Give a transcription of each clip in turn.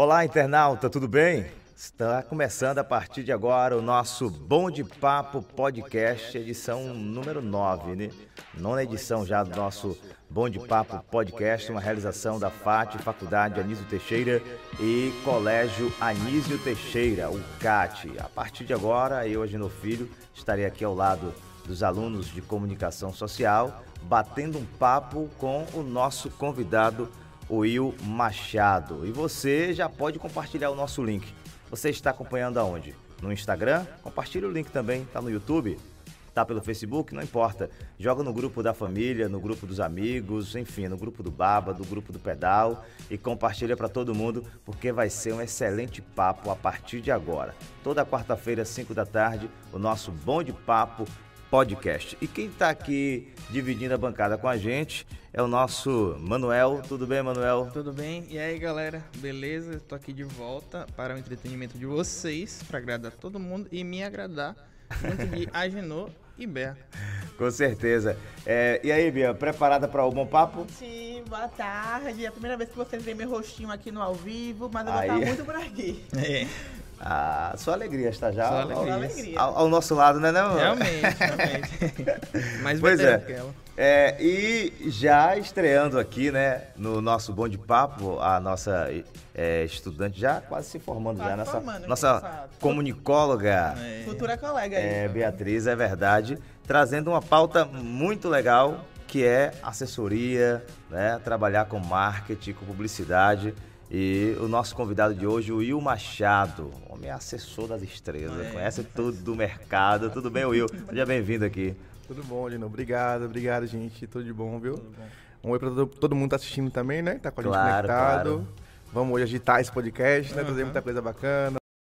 Olá, internauta, tudo bem? Está começando a partir de agora o nosso Bom de Papo Podcast, edição número 9, né? Nona edição já do nosso Bom de Papo Podcast, uma realização da FAT, Faculdade Anísio Teixeira e Colégio Anísio Teixeira, o CAT. A partir de agora, eu, Agenor Filho, estarei aqui ao lado dos alunos de Comunicação Social, batendo um papo com o nosso convidado, Will Machado. E você já pode compartilhar o nosso link. Você está acompanhando aonde? No Instagram? Compartilhe o link também. Está no YouTube? Está pelo Facebook? Não importa. Joga no grupo da família, no grupo dos amigos, enfim, no grupo do Baba, do grupo do Pedal e compartilha para todo mundo, porque vai ser um excelente papo a partir de agora. Toda quarta-feira, às 5 da tarde, o nosso Bom de Papo Podcast. E quem está aqui dividindo a bancada com a gente é o nosso Manuel. Tudo bem, Manuel? Tudo bem? E aí, galera? Beleza? Estou aqui de volta para o entretenimento de vocês, para agradar todo mundo e me agradar muito de Agenor e Bea. Com certeza. E aí, Bia, preparada para o bom papo? Sim, boa tarde. É a primeira vez que vocês veem meu rostinho aqui no ao vivo, mas eu vou estar muito por aqui. Sua alegria está já alegria. Ao nosso lado, né, não? Realmente. Mais pois veterano que ela. E já estreando aqui, né, no nosso Bom de Papo, a nossa estudante já quase se formando, nossa comunicóloga. Futura colega aí. Beatriz, é verdade, trazendo uma pauta muito legal, que é assessoria, né, trabalhar com marketing, com publicidade. E o nosso convidado de hoje, o Will Machado, homem assessor das estrelas, conhece tudo do mercado. Tudo bem, Will? Seja bem-vindo aqui. Tudo bom, Lino. Obrigado, gente. Tudo de bom, viu? Tudo bom. Um oi pra todo mundo que tá assistindo também, né? Tá com a gente conectado. Claro. Vamos hoje agitar esse podcast, né? Trazer muita coisa bacana.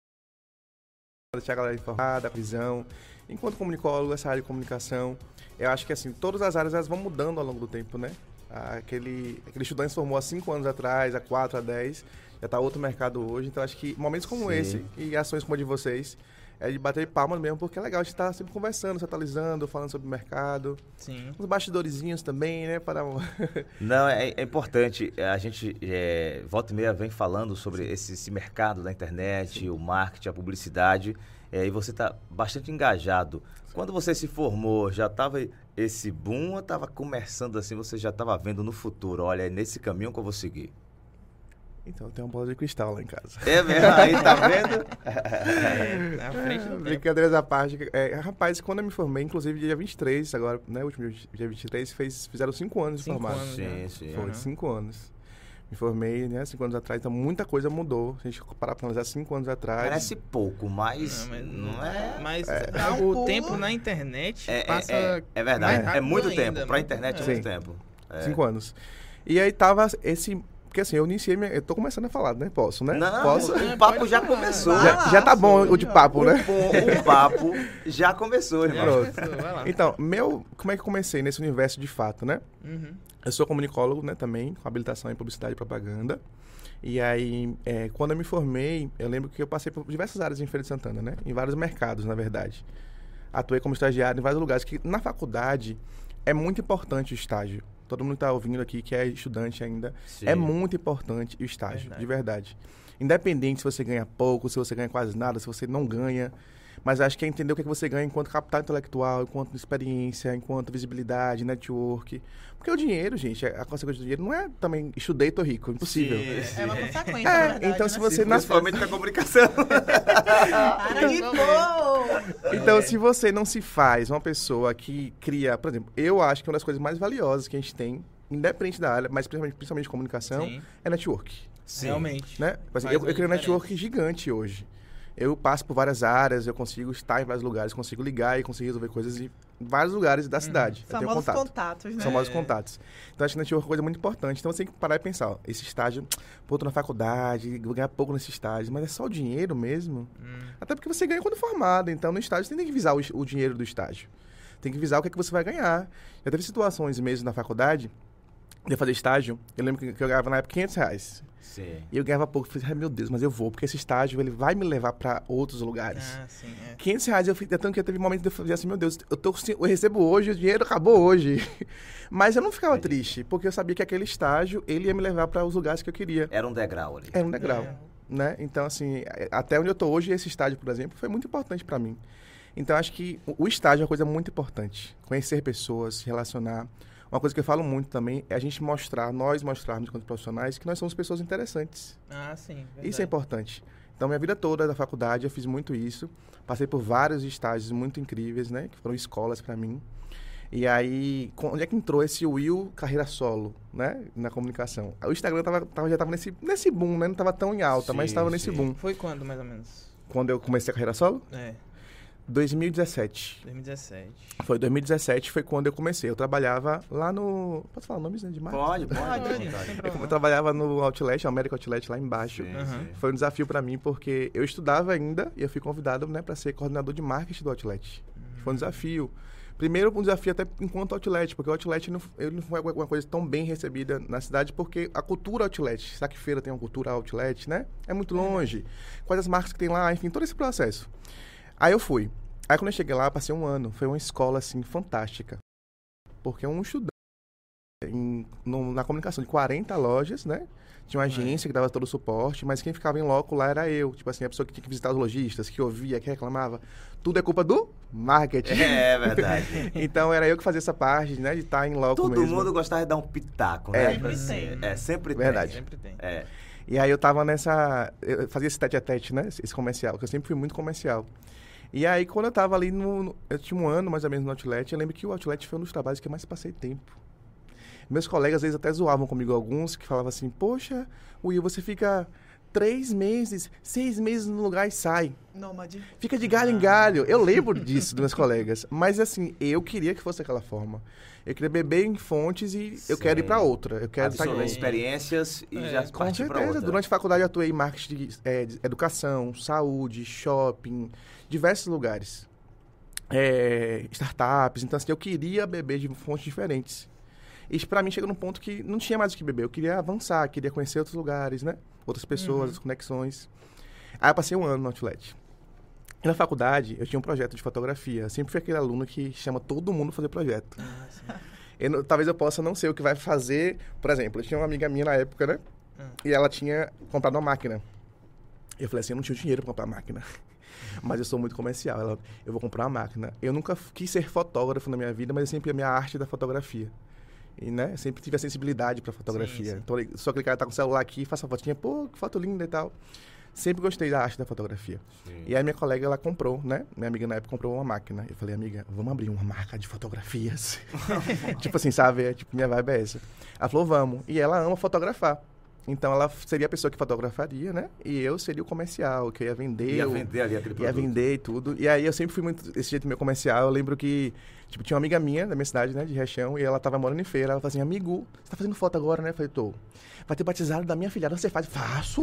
Deixar a galera informada, a visão. Enquanto comunicólogo, essa área de comunicação, eu acho que assim, todas as áreas elas vão mudando ao longo do tempo, né? Aquele estudante se formou há 5 anos atrás, há 4, há 10, já está outro mercado hoje. Então, acho que momentos como esse e ações como a de vocês é de bater palmas mesmo, porque é legal a gente estar sempre conversando, se atualizando, falando sobre o mercado. Sim. Uns bastidorzinhos também, né? Não, é importante. A gente, volta e meia, vem falando sobre esse mercado da internet, sim, o marketing, a publicidade, e você está bastante engajado. Quando você se formou, já estava esse boom ou estava começando assim, você já estava vendo no futuro, olha, é nesse caminho que eu vou seguir? Então, tem uma bola de cristal lá em casa. É mesmo? Aí, tá vendo? Na frente do brincadeiras à parte. Rapaz, quando eu me formei, inclusive dia 23, agora, né, o último dia 23, fizeram 5 anos de formado. Sim. Foi 5 anos. Me formei, né, 5 anos atrás, então muita coisa mudou. Se a gente parar pra analisar 5 anos atrás... Parece pouco, mas não é... Mas o tempo na internet passa... É verdade, é muito ainda, tempo. Pra internet é muito tempo. 5 anos. E aí tava esse... Porque assim, eu iniciei... Eu tô começando a falar, né? Posso, né? Não, posso? O papo já começou. Já tá bom o de papo, né? O papo já começou, irmão. Vai lá. Então, como é que eu comecei nesse universo de fato, né? Uhum. Eu sou comunicólogo, né, também, com habilitação em publicidade e propaganda. E aí, quando eu me formei, eu lembro que eu passei por diversas áreas em Feira de Santana, né? Em vários mercados, na verdade. Atuei como estagiário em vários lugares, que na faculdade é muito importante o estágio. Todo mundo que está ouvindo aqui, que é estudante ainda, sim, é muito importante o estágio, de verdade. Independente se você ganha pouco, se você ganha quase nada, se você não ganha... Mas acho que é entender o que você ganha enquanto capital intelectual, enquanto experiência, enquanto visibilidade, network. Porque o dinheiro, gente, a consequência do dinheiro não é também estudei e tô rico, impossível. Sim. É uma consequência, na verdade, então, né? se você... Principalmente na comunicação. Então, se você não se faz uma pessoa que cria... Por exemplo, eu acho que uma das coisas mais valiosas que a gente tem, independente da área, mas principalmente comunicação, sim, é network. Sim. Realmente. Né? Assim, eu crio um network gigante hoje. Eu passo por várias áreas, eu consigo estar em vários lugares, consigo ligar e consigo resolver coisas em vários lugares da cidade. Famosos contatos, né? Famosos contatos. Então, acho que network é uma coisa muito importante. Então, você tem que parar e pensar, ó, esse estágio, pô, tô na faculdade, vou ganhar pouco nesse estágio, mas é só o dinheiro mesmo? Até porque você ganha quando formado. Então, no estágio, você tem que visar o dinheiro do estágio. Tem que visar o que é que você vai ganhar. Já teve situações mesmo na faculdade, de eu fazer estágio, eu lembro que eu ganhava na época R$500. Sim. E eu ganhava pouco. Falei, ai meu Deus, mas eu vou, porque esse estágio ele vai me levar para outros lugares. Sim, R$500, eu fui tanto que teve momentos de eu fazer assim, meu Deus, eu recebo hoje, o dinheiro acabou hoje. Mas eu não ficava triste, porque eu sabia que aquele estágio, ele ia me levar para os lugares que eu queria. Era um degrau ali. Era um degrau. né? Então, assim, até onde eu tô hoje, esse estágio, por exemplo, foi muito importante para mim. Então, acho que o estágio é uma coisa muito importante. Conhecer pessoas, se relacionar. Uma coisa que eu falo muito também é a gente nós mostrarmos enquanto profissionais que nós somos pessoas interessantes. Ah, sim. Verdade. Isso é importante. Então, minha vida toda da faculdade eu fiz muito isso. Passei por vários estágios muito incríveis, né? Que foram escolas para mim. E aí, onde é que entrou esse Will carreira solo, né? Na comunicação. O Instagram já tava nesse boom, né? Não tava tão em alta, mas estava nesse boom. Foi quando, mais ou menos? Quando eu comecei a carreira solo? 2017. 2017. Foi 2017, foi quando eu comecei. Eu trabalhava lá no... Posso falar nomes, né, de marca? Pode. Eu trabalhava no Outlet, América Outlet, lá embaixo. Sim. Foi um desafio para mim, porque eu estudava ainda e eu fui convidado, né, para ser coordenador de marketing do Outlet. Foi um desafio. Primeiro, um desafio até enquanto Outlet, porque o Outlet não foi uma coisa tão bem recebida na cidade, porque a cultura Outlet, Saque-Feira tem uma cultura Outlet, né? É muito longe. Quais as marcas que tem lá, enfim, todo esse processo. Aí eu fui. Aí quando eu cheguei lá, passei um ano. Foi uma escola, assim, fantástica. Porque um estudante na comunicação de 40 lojas, né? Tinha uma agência que dava todo o suporte, mas quem ficava em loco lá era eu. Tipo assim, a pessoa que tinha que visitar os lojistas, que ouvia, que reclamava. Tudo é culpa do marketing. É verdade. Então era eu que fazia essa parte, né? De estar em loco mesmo. Todo mundo gostava de dar um pitaco, né? Sempre tem. Sempre Verdade. tem. Sempre tem. E aí eu tava eu fazia esse tete-a-tete, né? Esse comercial, porque eu sempre fui muito comercial. E aí quando eu tava ali eu tinha um ano mais ou menos no Outlet, eu lembro que o Outlet foi um dos trabalhos que eu mais passei tempo. Meus colegas às vezes até zoavam comigo alguns, que falavam assim, poxa, Will, você fica 3 meses, 6 meses no lugar e sai. Nômade. Fica de galho em galho. Eu lembro disso dos meus colegas. Mas assim, eu queria que fosse daquela forma. Eu queria beber em fontes e eu quero ir para outra. Eu quero absorver experiências e já com partir para certeza. outra. Durante a faculdade eu atuei em marketing de educação, saúde, shopping, diversos lugares. Startups. Então assim, eu queria beber de fontes diferentes. Isso pra mim chega num ponto que não tinha mais o que beber. Eu queria avançar, queria conhecer outros lugares, né? Outras pessoas, as conexões. Aí eu passei um ano no Outlet. E na faculdade, eu tinha um projeto de fotografia. Eu sempre fui aquele aluno que chama todo mundo pra fazer projeto. Talvez eu possa não ser o que vai fazer... Por exemplo, eu tinha uma amiga minha na época, né? E ela tinha comprado uma máquina. Eu falei assim, eu não tinha dinheiro pra comprar máquina. Mas eu sou muito comercial. Eu vou comprar uma máquina. Eu nunca quis ser fotógrafo na minha vida, mas eu sempre amei a arte da fotografia. E, né, sempre tive a sensibilidade pra fotografia. Sim. Então, só aquele cara tá com o celular aqui, faça uma fotinha, pô, que foto linda e tal. Sempre gostei da arte da fotografia. Sim. E aí minha colega, ela comprou, né? Minha amiga na época comprou uma máquina. Eu falei, amiga, vamos abrir uma marca de fotografias. Tipo assim, sabe? Tipo, minha vibe é essa. Ela falou, vamos. E ela ama fotografar. Então, ela seria a pessoa que fotografaria, né? E eu seria o comercial, que eu ia vender. Ia vender ali aquele produto. Ia vender e tudo. E aí, eu sempre fui muito esse jeito meu comercial. Eu lembro que, tipo, tinha uma amiga minha da minha cidade, né? De Rechão. E ela tava morando em feira. Ela falou assim, amigo, você tá fazendo foto agora, né? Eu falei, tô. Vai ter batizado da minha filhada, você faz? Faço!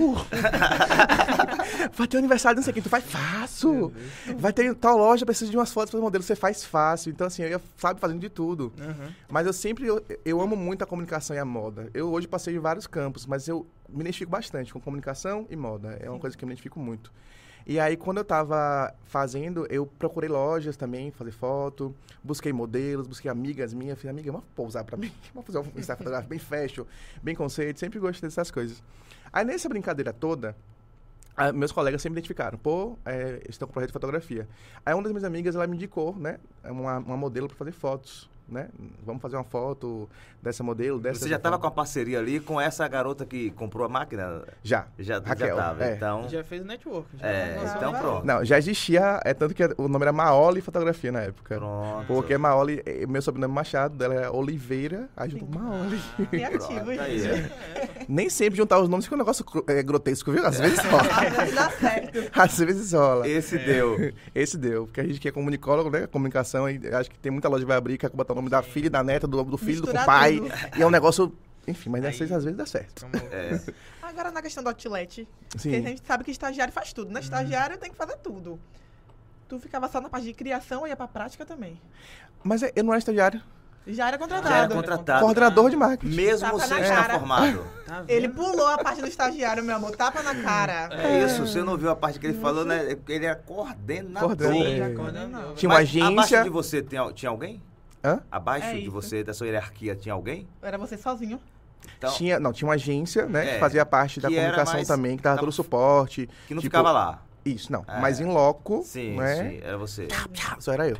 Vai ter aniversário, não sei o que, tu faz? Faço! Vai ter tal loja, precisa de umas fotos para o modelo, você faz fácil. Então, assim, eu ia, sabe, fazendo de tudo. Mas eu sempre, eu amo muito a comunicação e a moda. Eu hoje passei em vários campos, mas eu me identifico bastante com comunicação e moda. É uma coisa que eu me identifico muito. E aí, quando eu tava fazendo, eu procurei lojas também, fazer foto, busquei modelos, busquei amigas minhas. Falei, amiga, vamos pousar pra mim, vamos fazer um ensaio fotográfico bem fashion, bem conceito, sempre gostei dessas coisas. Aí, nessa brincadeira toda, meus colegas sempre me identificaram, estão com um projeto de fotografia. Aí, uma das minhas amigas, ela me indicou, né, uma modelo pra fazer fotos. Né? Vamos fazer uma foto dessa modelo, dessa. Você já estava com a parceria ali com essa garota que comprou a máquina? Já. Raquel, já estava. Então... Já fez o network. Então pronto. Não, já existia, tanto que o nome era Maoli Fotografia na época. Pronto. Porque Maoli, meu sobrenome Machado, dela é Oliveira, aí juntou Maoli. Criativo, gente. Nem sempre juntar os nomes fica um negócio grotesco, viu? Às vezes rola. Às vezes dá certo. Às vezes rola. Esse deu. Porque a gente que é comunicólogo, né? Comunicação, e acho que tem muita loja que vai abrir, que vai botar o nome da filha e da neta, do filho, do pai. Tudo. E é um negócio... Enfim, mas às vezes dá certo. Agora, na questão do outlet, sim, porque a gente sabe que estagiário faz tudo, né? Estagiário tem que fazer tudo. Tu ficava só na parte de criação ou ia pra prática também? Mas eu não era estagiário. Já era contratado. Coordenador de marketing. Mesmo sem estar formado. Ele pulou a parte do estagiário, meu amor. Tapa na cara. É isso. Você não viu a parte que ele falou, né? Ele era coordenador. Tinha uma agência... Abaixo de você tinha alguém? Hã? Abaixo de você, da sua hierarquia, tinha alguém? Era você sozinho. Então, Tinha uma agência, né, que fazia parte da que era comunicação mais- também, que dava todo o suporte. que não tipo, ficava lá. Isso, não. Mas em loco, Sim, né? sim, era você. Só era eu.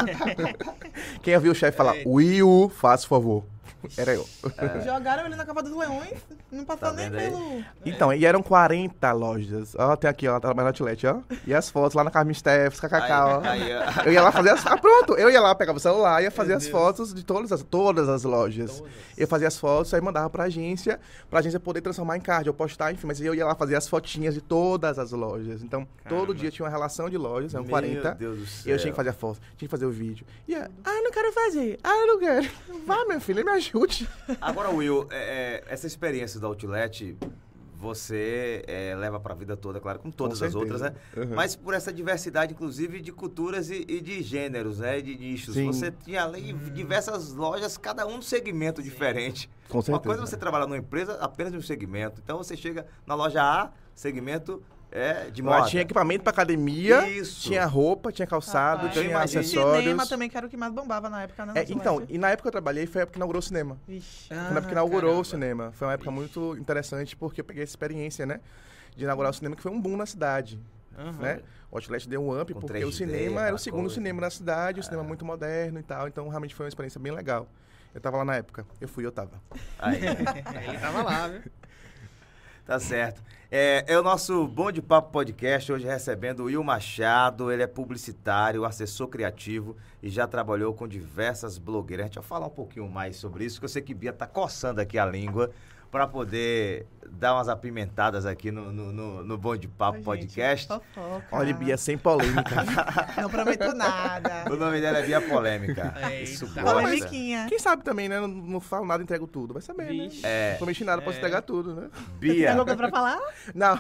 Quem ouviu o chefe falar, Will, faça favor. Era eu. Jogaram ele na Cova dos Leões, não passou Tá nem vendo aí? pelo... Então, e eram 40 lojas. Ó, tem aqui, ó, trabalhando no Outlet, ó. E as fotos lá na Carmen Steffes, kkk, ó. Aí, Eu ia lá fazer as... Ah, pronto! Eu ia lá, pegava o celular, ia fazer as fotos de todas as lojas. Eu fazia as fotos, aí mandava pra agência poder transformar em card, ou postar, enfim. Mas eu ia lá fazer as fotinhas de todas as lojas. Então, todo dia tinha uma relação de lojas, eram 40. Meu Deus do céu. Eu tinha que fazer a foto, tinha que fazer o vídeo. E eu não quero fazer. Eu não quero. Vá, meu filho, me ajude. Agora, Will, essa experiência do Outlet, você leva pra vida toda, claro, como todas as outras, né? Uhum. Mas por essa diversidade, inclusive, de culturas e de gêneros, né? De nichos. Sim. Você tinha ali diversas lojas, cada um segmento diferente. Com certeza. Uma coisa é você trabalhar numa empresa apenas de um segmento. Então, você chega na loja A, segmento de moda. Lá tinha equipamento pra academia, Isso. tinha roupa, tinha calçado, Rapaz, eu tinha imagino. acessórios. Cinema também, que era o que mais bombava na época, né? Então, e na época que eu trabalhei, foi a época que inaugurou o cinema. Vixe. Foi na época que inaugurou caramba. o cinema. Foi uma época muito interessante, porque eu peguei essa experiência, né? De inaugurar o cinema, que foi um boom na cidade, né? O Outlet deu um up, Com porque 3D, o cinema era aquela o segundo coisa. cinema na cidade, o cinema muito moderno e tal. Então, realmente foi uma experiência bem legal. Eu tava lá na época. Eu tava. Aí. Ele tava lá, viu? Tá certo. É o nosso Bom de Papo Podcast, hoje recebendo o Will Machado. Ele é publicitário, assessor criativo e já trabalhou com diversas blogueiras. A gente vai falar um pouquinho mais sobre isso, que eu sei que Bia tá coçando aqui a língua para poder dar umas apimentadas aqui no Bom de Papo Ai, Podcast. gente, fofoca. Olha, Bia, sem polêmica. Não prometo nada. O nome dela é Bia Polêmica. Eita. Isso gosta. Polemiquinha. Quem sabe também, né? Não falo nada, entrego tudo. Vai saber, Vixe. né? Não prometi nada, posso entregar tudo, né? Tem Bia, alguma coisa pra falar? Não.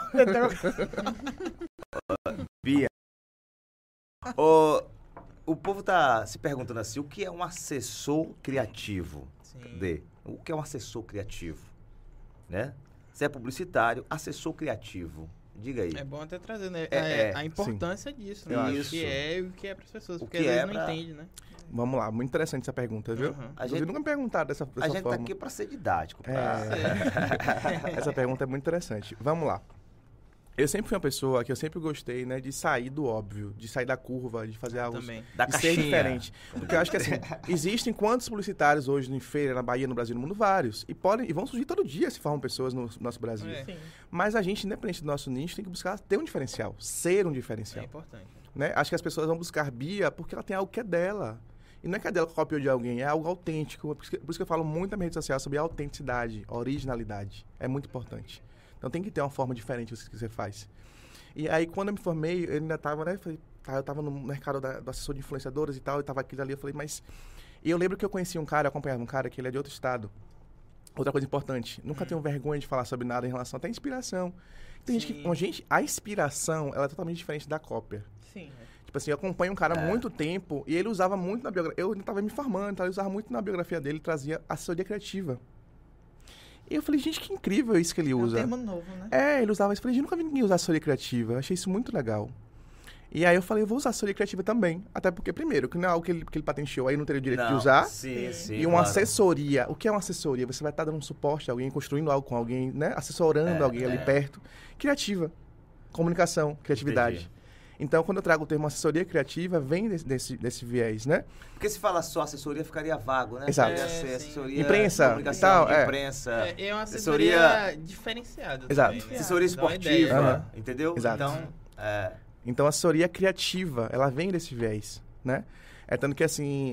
Bia. O povo tá se perguntando assim, o que é um assessor criativo? Sim. O que é um assessor criativo? Né? Você é publicitário, assessor criativo. Diga aí. É bom até trazer, né? É, a importância disso, né? Eu O acho. que é e o que é para as pessoas. O Porque que às é vezes não pra- entende, né? Vamos lá, muito interessante essa pergunta, viu? Uhum. A Vocês gente- nunca me perguntaram dessa A gente forma. tá aqui para ser didático. Essa pergunta é muito interessante. Vamos lá. Eu sempre fui uma pessoa que eu sempre gostei, né, de sair do óbvio, de sair da curva, de fazer algo Também. Da de caixinha. ser diferente. Porque eu acho que assim, existem quantos publicitários hoje em feira, na Bahia, no Brasil, no mundo, vários. E vão surgir todo dia se formam pessoas no nosso Brasil. É. Sim. Mas a gente, independente do nosso nicho, tem que buscar ter um diferencial, ser um É diferencial. importante. Né? Acho que as pessoas vão buscar Bia porque ela tem algo que é dela. E não é que é dela que copiou de alguém, é algo autêntico. Por isso que eu falo muito na minha rede social sobre autenticidade, originalidade. É muito importante. Então tem que ter uma forma diferente que você faz. E aí, quando eu me formei, eu ainda estava, né? Eu estava no mercado do assessor de influenciadoras e tal, eu estava aqui ali, eu falei, mas... E eu lembro que eu conheci um cara, eu acompanhava um cara que ele é de outro estado. Outra coisa importante, nunca tenho vergonha de falar sobre nada em relação até à inspiração. Tem gente que... Gente, a inspiração, ela é totalmente diferente da cópia. Sim. Tipo assim, eu acompanho um cara há muito tempo e ele usava muito na biografia. Eu estava me formando, então ele usava muito na biografia dele, trazia assessoria criativa. E eu falei, gente, que incrível isso que ele É um usa. termo novo, né? Ele usava isso. Eu falei, gente, nunca vi ninguém usar assessoria criativa. Eu achei isso muito legal. E aí eu falei, eu vou usar assessoria criativa também. Até porque, primeiro, que não é algo que ele patenteou, aí não teria o direito de Não, usar. Sim, sim. E uma claro. assessoria. O que é uma assessoria? Você vai estar dando um suporte a alguém, construindo algo com alguém, né? Assessorando alguém ali perto. Criativa. Comunicação, criatividade. Entendi. Então, quando eu trago o termo assessoria criativa, vem desse viés, né? Porque se fala só assessoria, ficaria vago, né? Exato. Poderia ser Sim. assessoria Imprensa de comunicação, e tal, de é. imprensa. É uma assessoria- assessoria diferenciada. Exato. Também, né? Assessoria Dá uma esportiva, ideia. Aham. entendeu? Exato. Então, Então, a assessoria criativa, ela vem desse viés, né? É tanto que, assim,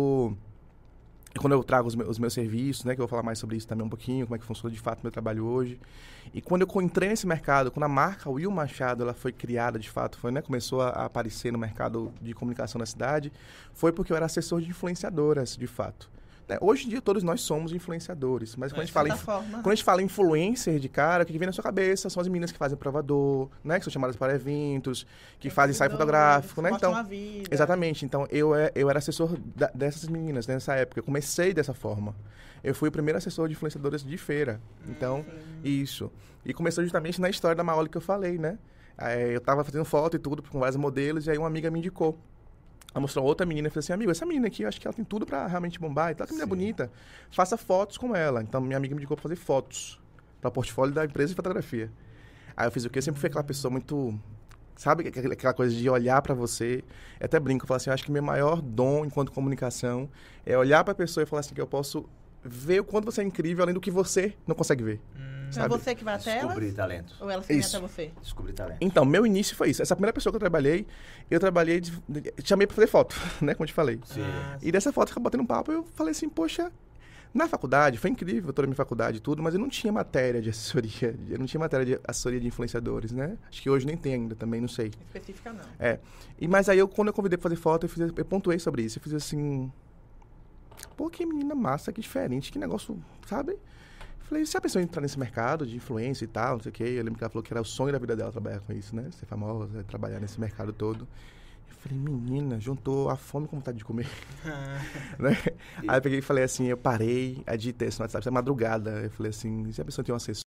quando eu trago os meus serviços, né? Que eu vou falar mais sobre isso também um pouquinho, como é que funciona de fato o meu trabalho hoje. E quando eu entrei nesse mercado, quando a marca Will Machado, ela foi criada de fato, foi, né? Começou a aparecer no mercado de comunicação na cidade, foi porque eu era assessor de influenciadoras, de fato. Né? Hoje em dia, todos nós somos influenciadores, mas quando a gente fala De certa forma. quando a gente fala influencer de cara, o que vem na sua cabeça são as meninas que fazem provador, né? Que são chamadas para eventos, que fazem ensaio fotográfico, né? Mostram Então, a vida. exatamente. Então, eu era assessor dessas meninas, né, nessa época. Eu comecei dessa forma. Eu fui o primeiro assessor de influenciadoras de feira. Então, isso. E começou justamente na história da Maoli que eu falei, né? Eu tava fazendo foto e tudo com vários modelos, e aí uma amiga me indicou. Ela mostrou outra menina e falou assim, amigo, essa menina aqui, eu acho que ela tem tudo pra realmente bombar e tal. Que menina bonita. Faça fotos com ela. Então, minha amiga me indicou pra fazer fotos pra portfólio da empresa de fotografia. Aí eu fiz o quê? Eu sempre fui aquela pessoa muito... Sabe aquela coisa de olhar pra você? Eu até brinco, eu falo assim, eu acho que meu maior dom enquanto comunicação é olhar pra pessoa e falar assim, que eu posso ver o quanto você é incrível, além do que você não consegue ver. Então é você que vai até ela? Descobrir talento. Ou elas que vêm Isso. até você? Descobrir talento. Então, meu início foi isso. Essa primeira pessoa que eu trabalhei, chamei pra fazer foto, né? Como eu te falei. Sim. E dessa foto, acabou batendo um papo, eu falei assim, poxa, na faculdade, foi incrível toda a minha faculdade e tudo, mas eu não tinha matéria de assessoria, eu não tinha matéria de assessoria de influenciadores, né? Acho que hoje nem tem ainda, também, não sei. Específica não. Mas aí, quando eu convidei pra fazer foto, eu pontuei sobre isso, eu fiz assim, pô, que menina massa, que diferente, que negócio, sabe? Falei, se a pessoa entrar nesse mercado de influência e tal, não sei o quê, eu lembro que ela falou que era o sonho da vida dela trabalhar com isso, né? Ser famosa, trabalhar nesse mercado todo. Eu falei, menina, juntou a fome com vontade de comer. Né? Aí eu peguei e falei assim, eu parei, aí digitei esse no WhatsApp, essa madrugada. Eu falei assim, se a pessoa tem um assessor,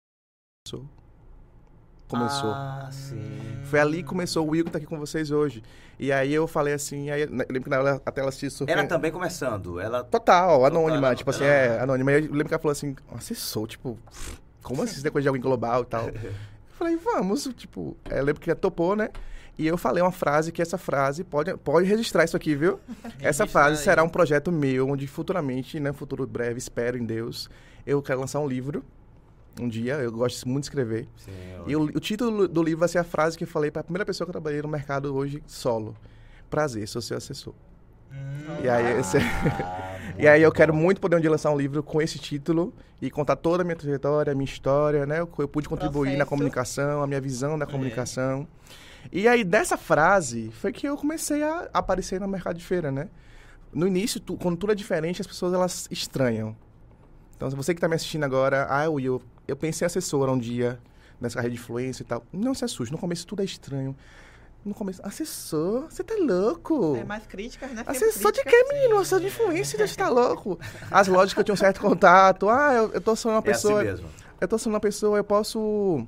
começou. Ah, sim. Foi ali que começou o Will que tá aqui com vocês hoje. E aí eu falei assim, aí, eu lembro que na hora até ela se surpreendeu. Ela também começando. Ela... Total, anônima, tipo assim, ela- anônima. Aí eu lembro que ela falou assim, assessor, tipo, como assim, essa coisa de alguém global e tal? Eu falei, vamos, tipo, eu lembro que ela topou, né? E eu falei uma frase, que essa frase, pode registrar isso aqui, viu? Essa frase será um projeto meu, onde futuramente, né, futuro breve, espero em Deus, eu quero lançar um livro, um dia, eu gosto muito de escrever. Sim, E o título do livro vai ser a frase que eu falei para a primeira pessoa que eu trabalhei no mercado hoje, solo. Prazer, sou seu assessor. E aí, e aí eu quero muito poder um dia lançar um livro com esse título e contar toda a minha trajetória, a minha história, né? Eu pude contribuir na Processo. comunicação, a minha visão da comunicação. E aí, dessa frase, foi que eu comecei a aparecer no mercado de feira, né? No início, quando tudo é diferente, as pessoas, elas estranham. Então, se você que está me assistindo agora, Will, eu pensei em assessora um dia, nessa carreira de influência e tal. Não se assuste, no começo tudo é estranho. No começo, assessor? Você tá louco? É mais críticas, né? Sempre Assessor de críticas. quê, menino? Assessor de influência, você tá louco? As lojas que eu tinha um certo contato. Eu tô sendo uma pessoa... É assim mesmo. Eu tô sendo uma pessoa, eu posso...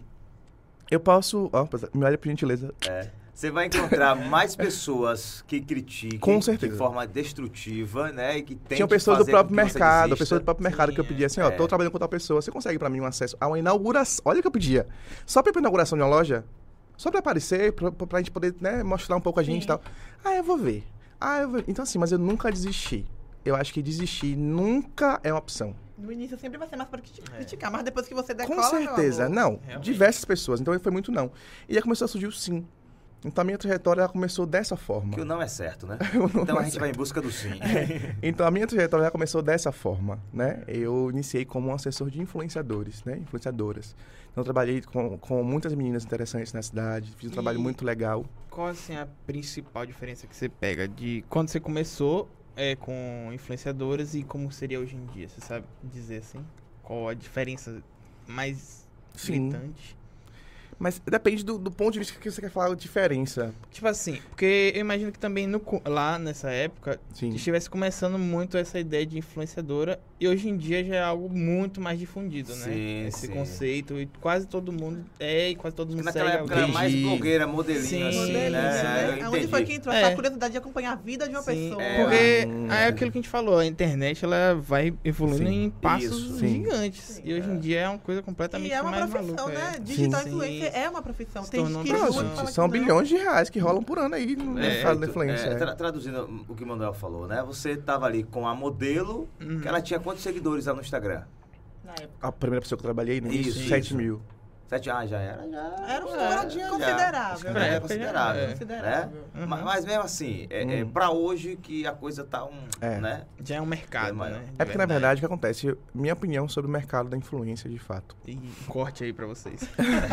me olha por gentileza. Você vai encontrar mais pessoas que critiquem Com certeza. de forma destrutiva, né? E que tem Tinha que pessoas do fazer próprio com que você mercado, desista. pessoas do próprio mercado que eu pedia assim, tô trabalhando com tal pessoa, você consegue pra mim um acesso a uma inauguração? Olha o que eu pedia. Só pra ir pra inauguração de uma loja, só pra aparecer, pra gente poder, né, mostrar um pouco a gente e tal. Eu vou ver. Então assim, mas eu nunca desisti. Eu acho que desistir nunca é uma opção. No início sempre vai ser mais para criticar, mas depois que você decola, Com certeza, meu amor, não. Realmente. Diversas pessoas, então foi muito não. E aí começou a surgir o sim. Então a minha trajetória ela começou dessa forma. Que o não é certo, né? O não Então a é gente vai em busca do sim. Então a minha trajetória já começou dessa forma, né? Eu iniciei como um assessor de influenciadores, né? Influenciadoras. Então eu trabalhei com muitas meninas interessantes na cidade, fiz um trabalho muito legal. Qual assim a principal diferença que você pega de quando você começou com influenciadoras e como seria hoje em dia? Você sabe dizer assim? Qual a diferença mais Sim. gritante? Mas depende do ponto de vista que você quer falar, a diferença. Tipo assim, porque eu imagino que também lá nessa época Sim. estivesse começando muito essa ideia de influenciadora e hoje em dia já é algo muito mais difundido, né? Sim, Esse sim. conceito e quase todo mundo e quase todo mundo Naquela segue época era alguém. mais Entendi. blogueira, modelinho, Sim, assim, modelinho, né? Eu Onde foi entendi. que entrou essa curiosidade de acompanhar a vida de uma Sim, pessoa? porque é aquilo que a gente falou, a internet ela vai evoluindo Sim. em passos Isso. Sim. gigantes. Sim. E hoje em dia é uma coisa completamente E é uma mais profissão, maluca. né? é. Digital Sim. influencer é uma profissão. Se Tem tornou gente que uma Não, jura, profissão. fala gente, são que não. bilhões de reais que rolam por ano aí no mercado da tu- influência. traduzindo o que o Manuel falou, né? Você tava ali com a modelo, que ela tinha quantos seguidores lá no Instagram? Na época. A primeira pessoa que eu trabalhei, no Isso, 7 isso. mil. 7 já era? Era um estouradinha número considerável. Pra né? época já considerável. é. Considerável. Né? Mas mesmo assim, pra hoje que a coisa tá né? Já é um mercado, É, né? É porque, na verdade, o que acontece? Minha opinião sobre o mercado da influência, de fato. E corte aí pra vocês.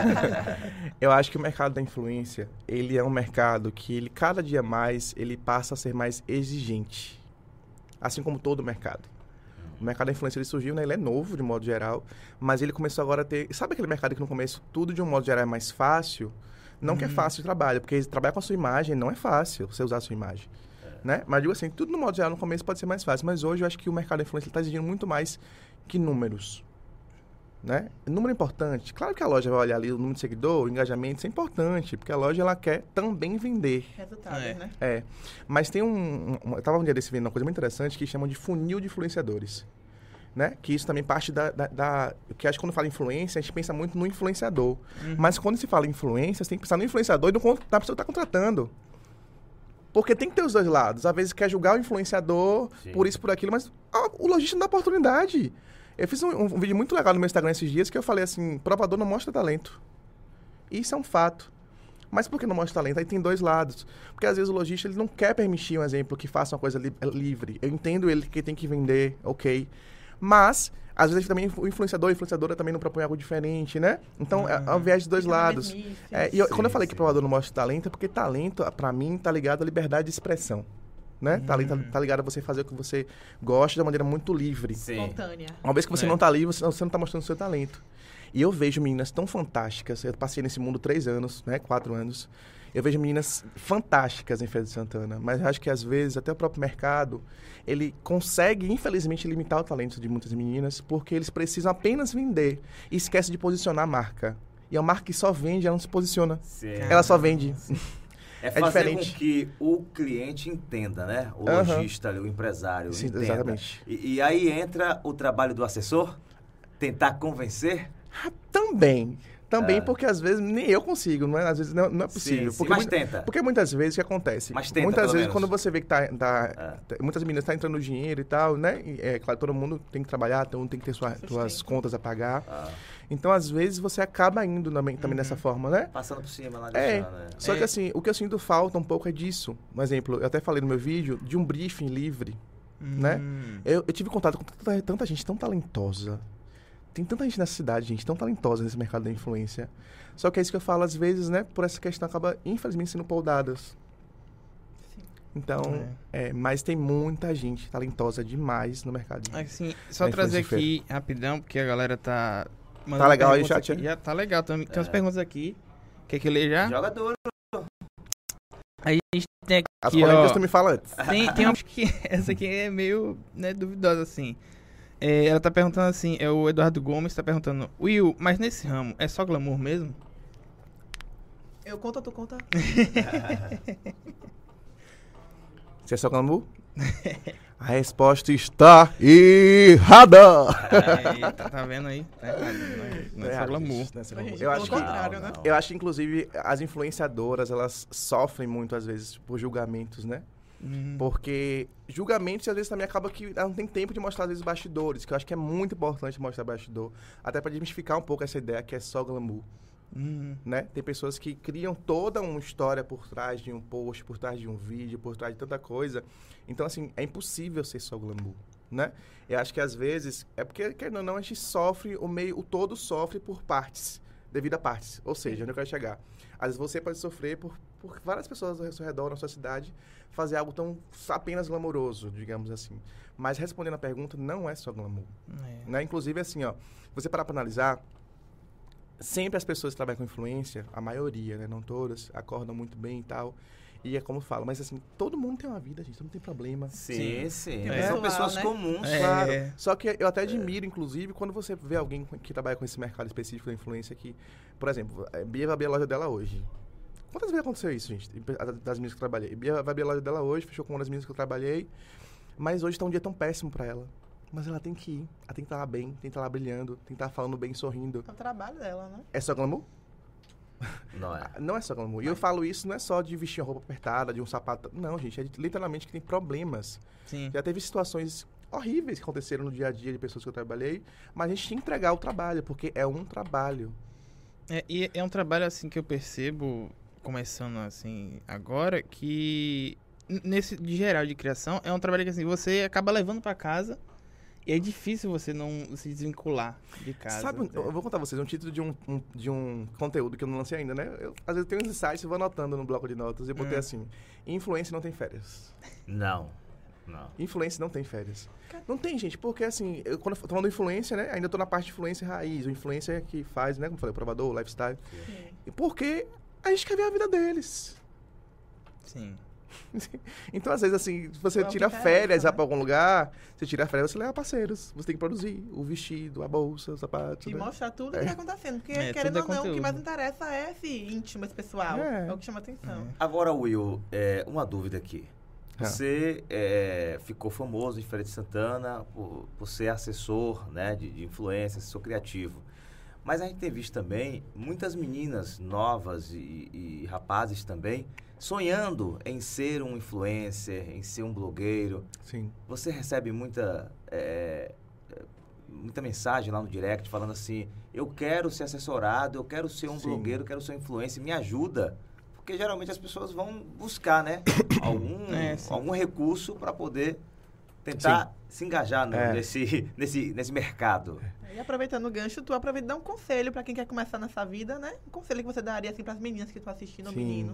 Eu acho que o mercado da influência, ele é um mercado que, ele cada dia mais, ele passa a ser mais exigente. Assim como todo mercado. O mercado da influência, ele surgiu, né? Ele é novo, de modo geral, mas ele começou agora a ter... Sabe aquele mercado que no começo, tudo de um modo geral é mais fácil? Não que é fácil o trabalho, porque trabalhar com a sua imagem não é fácil, você usar a sua imagem. Né? Mas digo assim, tudo no modo geral no começo pode ser mais fácil, mas hoje eu acho que o mercado da influência está exigindo muito mais que números. né? Número importante. Claro que a loja vai olhar ali o número de seguidor, o engajamento, isso é importante, porque a loja ela quer também vender. Resultados, né? Mas tem eu tava um dia desse vendo uma coisa muito interessante que chamam de funil de influenciadores, né? Que isso também parte que acho que quando fala influência, a gente pensa muito no influenciador. Mas quando se fala em influência, você tem que pensar no influenciador e da pessoa que está contratando. Porque tem que ter os dois lados. Às vezes quer julgar o influenciador por isso, por aquilo, mas o lojista não dá oportunidade. Eu fiz um vídeo muito legal no meu Instagram esses dias que eu falei assim, provador não mostra talento. Isso é um fato. Mas por que não mostra talento? Aí tem dois lados. Porque às vezes o lojista ele não quer permitir, um exemplo, que faça uma coisa livre. Eu entendo ele que tem que vender, ok. Mas, às vezes também o influenciador, a influenciadora também não propõe algo diferente, né? Então, é um viés de dois lados. Quando eu falei que o provador não mostra talento, é porque talento, pra mim, tá ligado à liberdade de expressão. Né? Talento tá ligado a você fazer o que você gosta de uma maneira muito livre. Espontânea. Uma vez que você não tá livre, você não tá mostrando o seu talento. E eu vejo meninas tão fantásticas. Eu passei nesse mundo 3 anos, né? 4 anos. Eu vejo meninas fantásticas em Feira de Santana. Mas eu acho que, às vezes, até o próprio mercado, ele consegue, infelizmente, limitar o talento de muitas meninas porque eles precisam apenas vender e esquece de posicionar a marca. E a marca que só vende, ela não se posiciona. Ela só vende. É fazer diferente. com que o cliente entenda, né? O lojista, o empresário entenda. Exatamente. E aí entra o trabalho do assessor? Tentar convencer? Também, porque às vezes nem eu consigo, não é? Às vezes não é possível. Sim, porque mas tenta. Porque muitas vezes o que acontece? Mas tenta, muitas vezes menos. quando você vê que muitas meninas estão entrando dinheiro e tal, né? É claro, todo mundo tem que trabalhar, todo mundo tem que ter suas contas a pagar. Então, às vezes, você acaba indo também dessa forma, né? Passando por cima lá deixando, né? Só que assim, o que eu sinto falta um pouco é disso. Um exemplo, eu até falei no meu vídeo de um briefing livre, né? Eu tive contato com tanta gente tão talentosa. Tem tanta gente nessa cidade, gente, tão talentosa nesse mercado da influência. Só que é isso que eu falo, às vezes, né? Por essa questão, acaba, infelizmente, sendo poddadas. Então, mas tem muita gente talentosa demais no mercado. Assim, só trazer aqui, rapidão, porque a galera tá... Tá legal aí o chat? Já tá legal, tem umas perguntas aqui. Quer que eu leia já? Jogador. Aí a gente tem aqui, as polêmicas tu me fala antes. Tem uma que essa aqui é meio, né, duvidosa, assim. Ela tá perguntando assim, o Eduardo Gomes tá perguntando, Will, mas nesse ramo, é só glamour mesmo? Eu conto, tu conta. Você é só glamour? A resposta está errada! Tá vendo aí? Não é só glamour. Eu acho que, inclusive, as influenciadoras, elas sofrem muito, às vezes, por julgamentos, né? Porque julgamentos, às vezes, também acaba que ela não tem tempo de mostrar, às vezes, bastidores, que eu acho que é muito importante mostrar bastidor, até para desmistificar um pouco essa ideia que é só glamour. Né? Tem pessoas que criam toda uma história por trás de um post, por trás de um vídeo, por trás de tanta coisa. Então, assim, é impossível ser só glamour, né? Eu acho que, às vezes, é porque, querendo ou não, a gente sofre, o todo sofre por partes, devido a partes. Ou seja, onde eu quero chegar? Às vezes você pode sofrer por várias pessoas ao seu redor, na sua cidade, fazer algo tão apenas glamouroso, digamos assim. Mas, respondendo a pergunta, não é só glamour. Né? Inclusive, assim, ó, você parar para analisar, sempre as pessoas que trabalham com influência, a maioria, né, não todas, acordam muito bem e tal. E é como eu falo, mas assim, todo mundo tem uma vida, gente, todo mundo tem problema. Sim. São pessoas né? comuns. Claro. Só que eu até admiro, inclusive, quando você vê alguém que trabalha com esse mercado específico da influência que, por exemplo, Bia vai abrir a loja dela hoje. Quantas vezes aconteceu isso, gente? Das meninas que eu trabalhei. Bia vai abrir a loja dela hoje, fechou com uma das meninas que eu trabalhei, mas hoje tá um dia tão péssimo pra ela. Mas ela tem que ir, ela tem que estar lá bem, tem que estar lá brilhando, tem que estar falando bem, sorrindo. É o trabalho dela, né? É só glamour? Não é. Não é só glamour. E eu falo isso não é só de vestir uma roupa apertada, de um sapato. Não, gente, é literalmente que tem problemas. Sim. Já teve situações horríveis que aconteceram no dia a dia de pessoas que eu trabalhei, mas a gente tinha que entregar o trabalho, porque é um trabalho. E é um trabalho, assim, que eu percebo, começando, assim, agora, que nesse, de geral, de criação, é um trabalho que, assim, você acaba levando pra casa. E é difícil você não se desvincular de casa. Sabe, eu vou contar pra vocês um título de um conteúdo que eu não lancei ainda, né? Às vezes eu tenho uns insights e vou anotando no bloco de notas. E eu botei assim, influência não tem férias. Não. Influência não tem férias. Não tem, gente, porque assim, quando eu tô falando influência, né? Ainda tô na parte de influência raiz. O influência que faz, né? Como eu falei, o provador, o lifestyle. E porque a gente quer ver a vida deles. Sim. Então, às vezes, assim, se você É o que tira interessa, férias, vai né? pra algum lugar, você tira férias, você leva parceiros. Você tem que produzir o vestido, a bolsa, o sapato. E né? mostrar tudo o que tá acontecendo. Porque, É, querendo tudo é ou não, o que conteúdo. mais interessa é esse íntimo, esse pessoal. É. É o que chama atenção. Agora, Will, uma dúvida aqui. Você ficou famoso em Feira de Santana por ser assessor, né, de influência, assessor criativo. Mas a gente tem visto também muitas meninas novas e rapazes também sonhando em ser um influencer, em ser um blogueiro. Sim. Você recebe muita mensagem lá no direct falando assim, eu quero ser assessorado, eu quero ser um Sim. blogueiro, eu quero ser um influencer, me ajuda. Porque geralmente as pessoas vão buscar, né, algum recurso para poder tentar se engajar nesse mercado. E aproveitando o gancho, tu aproveita e dá um conselho pra quem quer começar nessa vida, né? Um conselho que você daria, assim, pras meninas que estão assistindo, ou Sim. meninos.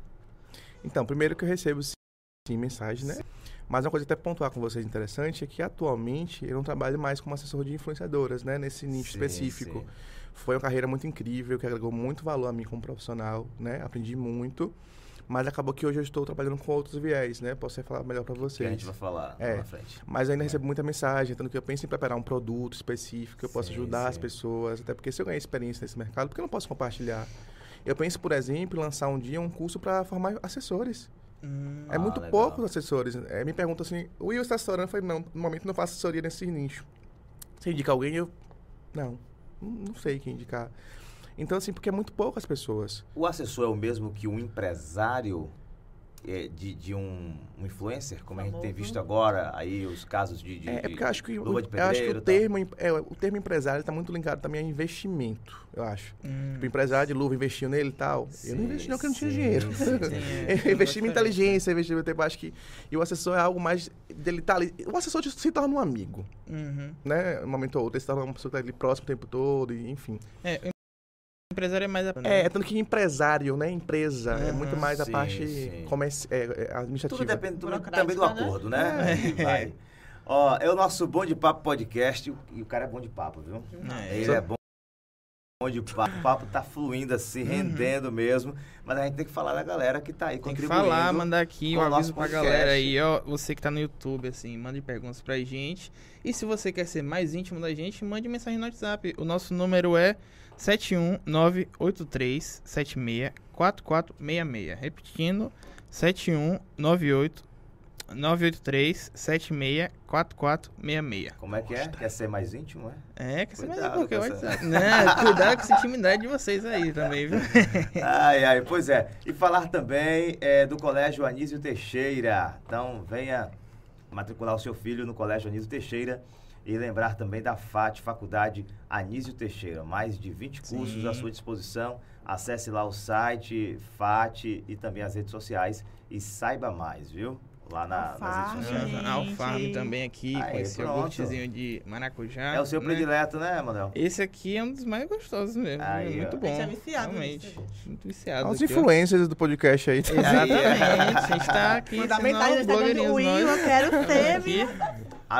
Então, primeiro que eu recebo, sim, mensagem, né? Mas uma coisa até pontuar com vocês interessante é que, atualmente, eu não trabalho mais como assessor de influenciadoras, né? Nesse nicho específico. Sim. Foi uma carreira muito incrível, que agregou muito valor a mim como profissional, né? Aprendi muito. Mas acabou que hoje eu estou trabalhando com outros viés, né? Posso falar melhor para Que vocês. a gente vai falar lá na frente. Mas ainda recebo muita mensagem, tanto que eu penso em preparar um produto específico, que eu possa Sim, ajudar sim. as pessoas, até porque se eu ganhar experiência nesse mercado, por que eu não posso compartilhar? Eu penso, por exemplo, em lançar um dia um curso para formar assessores. É muito legal. poucos assessores. Me perguntam assim, o Will está assessorando? Eu falei, não, no momento não faço assessoria nesse nicho. Você indica alguém? Eu, não sei quem indicar. Então, assim, porque é muito poucas pessoas. O assessor é o mesmo que um empresário de um influencer, como a gente tem visto agora, aí os casos de Porque eu acho que, luva de eu acho que pedreiro, o termo empresário está muito ligado também a investimento, eu acho. Tipo, empresário de luva investiu nele e tal. Eu não investi não, porque eu não tinha dinheiro. Eu investi em inteligência, investi em tempo. Acho que e o assessor é algo mais... Ele tá ali, o assessor se torna um amigo, né? Um momento ou outro, ele se torna uma pessoa que está ali próximo o tempo todo, e, enfim. O empresário é mais... Tanto que empresário, né? Empresa, é muito mais a Sim, parte sim. administrativa. Tudo depende também do Burocrática, né? acordo, né? E vai. Ó, é o nosso Bom de Papo Podcast, e o cara é bom de papo, viu? Ele é bom de papo, o papo tá fluindo assim, rendendo mesmo, mas a gente tem que falar da galera que tá aí Tem que contribuindo. falar, mandar aqui com um o nosso aviso pra podcast. galera aí, ó. Você que tá no YouTube, assim, mande perguntas pra gente. E se você quer ser mais íntimo da gente, mande mensagem no WhatsApp. O nosso número é 71983764466. Repetindo, 71983764466. Como é que é? Quer ser mais íntimo, é? Quer ser mais Cuidado porque com o essa- WhatsApp. Né? Cuidado com essa intimidade de vocês aí também, viu? Ai, pois é. E falar também do Colégio Anísio Teixeira. Então, venha matricular o seu filho no Colégio Anísio Teixeira e lembrar também da FAT, Faculdade Anísio Teixeira. Mais de 20 cursos à sua disposição. Acesse lá o site, FAT e também as redes sociais e saiba mais, viu? Lá nas redes sociais. Gente. A Alfarm também aqui, com Aí, esse pronto. iogurtezinho de maracujá. É o seu né? predileto, né, Manuel? Esse aqui é um dos mais gostosos mesmo. Aí, é muito ó. bom. A gente é viciado realmente. nisso, gente. Muito viciado. Os aqui, ó. influencers do podcast aí. Exatamente. A gente tá aqui Mandar ensinando mensagem os no Instagram do blogueirinhos Will, nós. eu quero ser, Aqui. A Ó.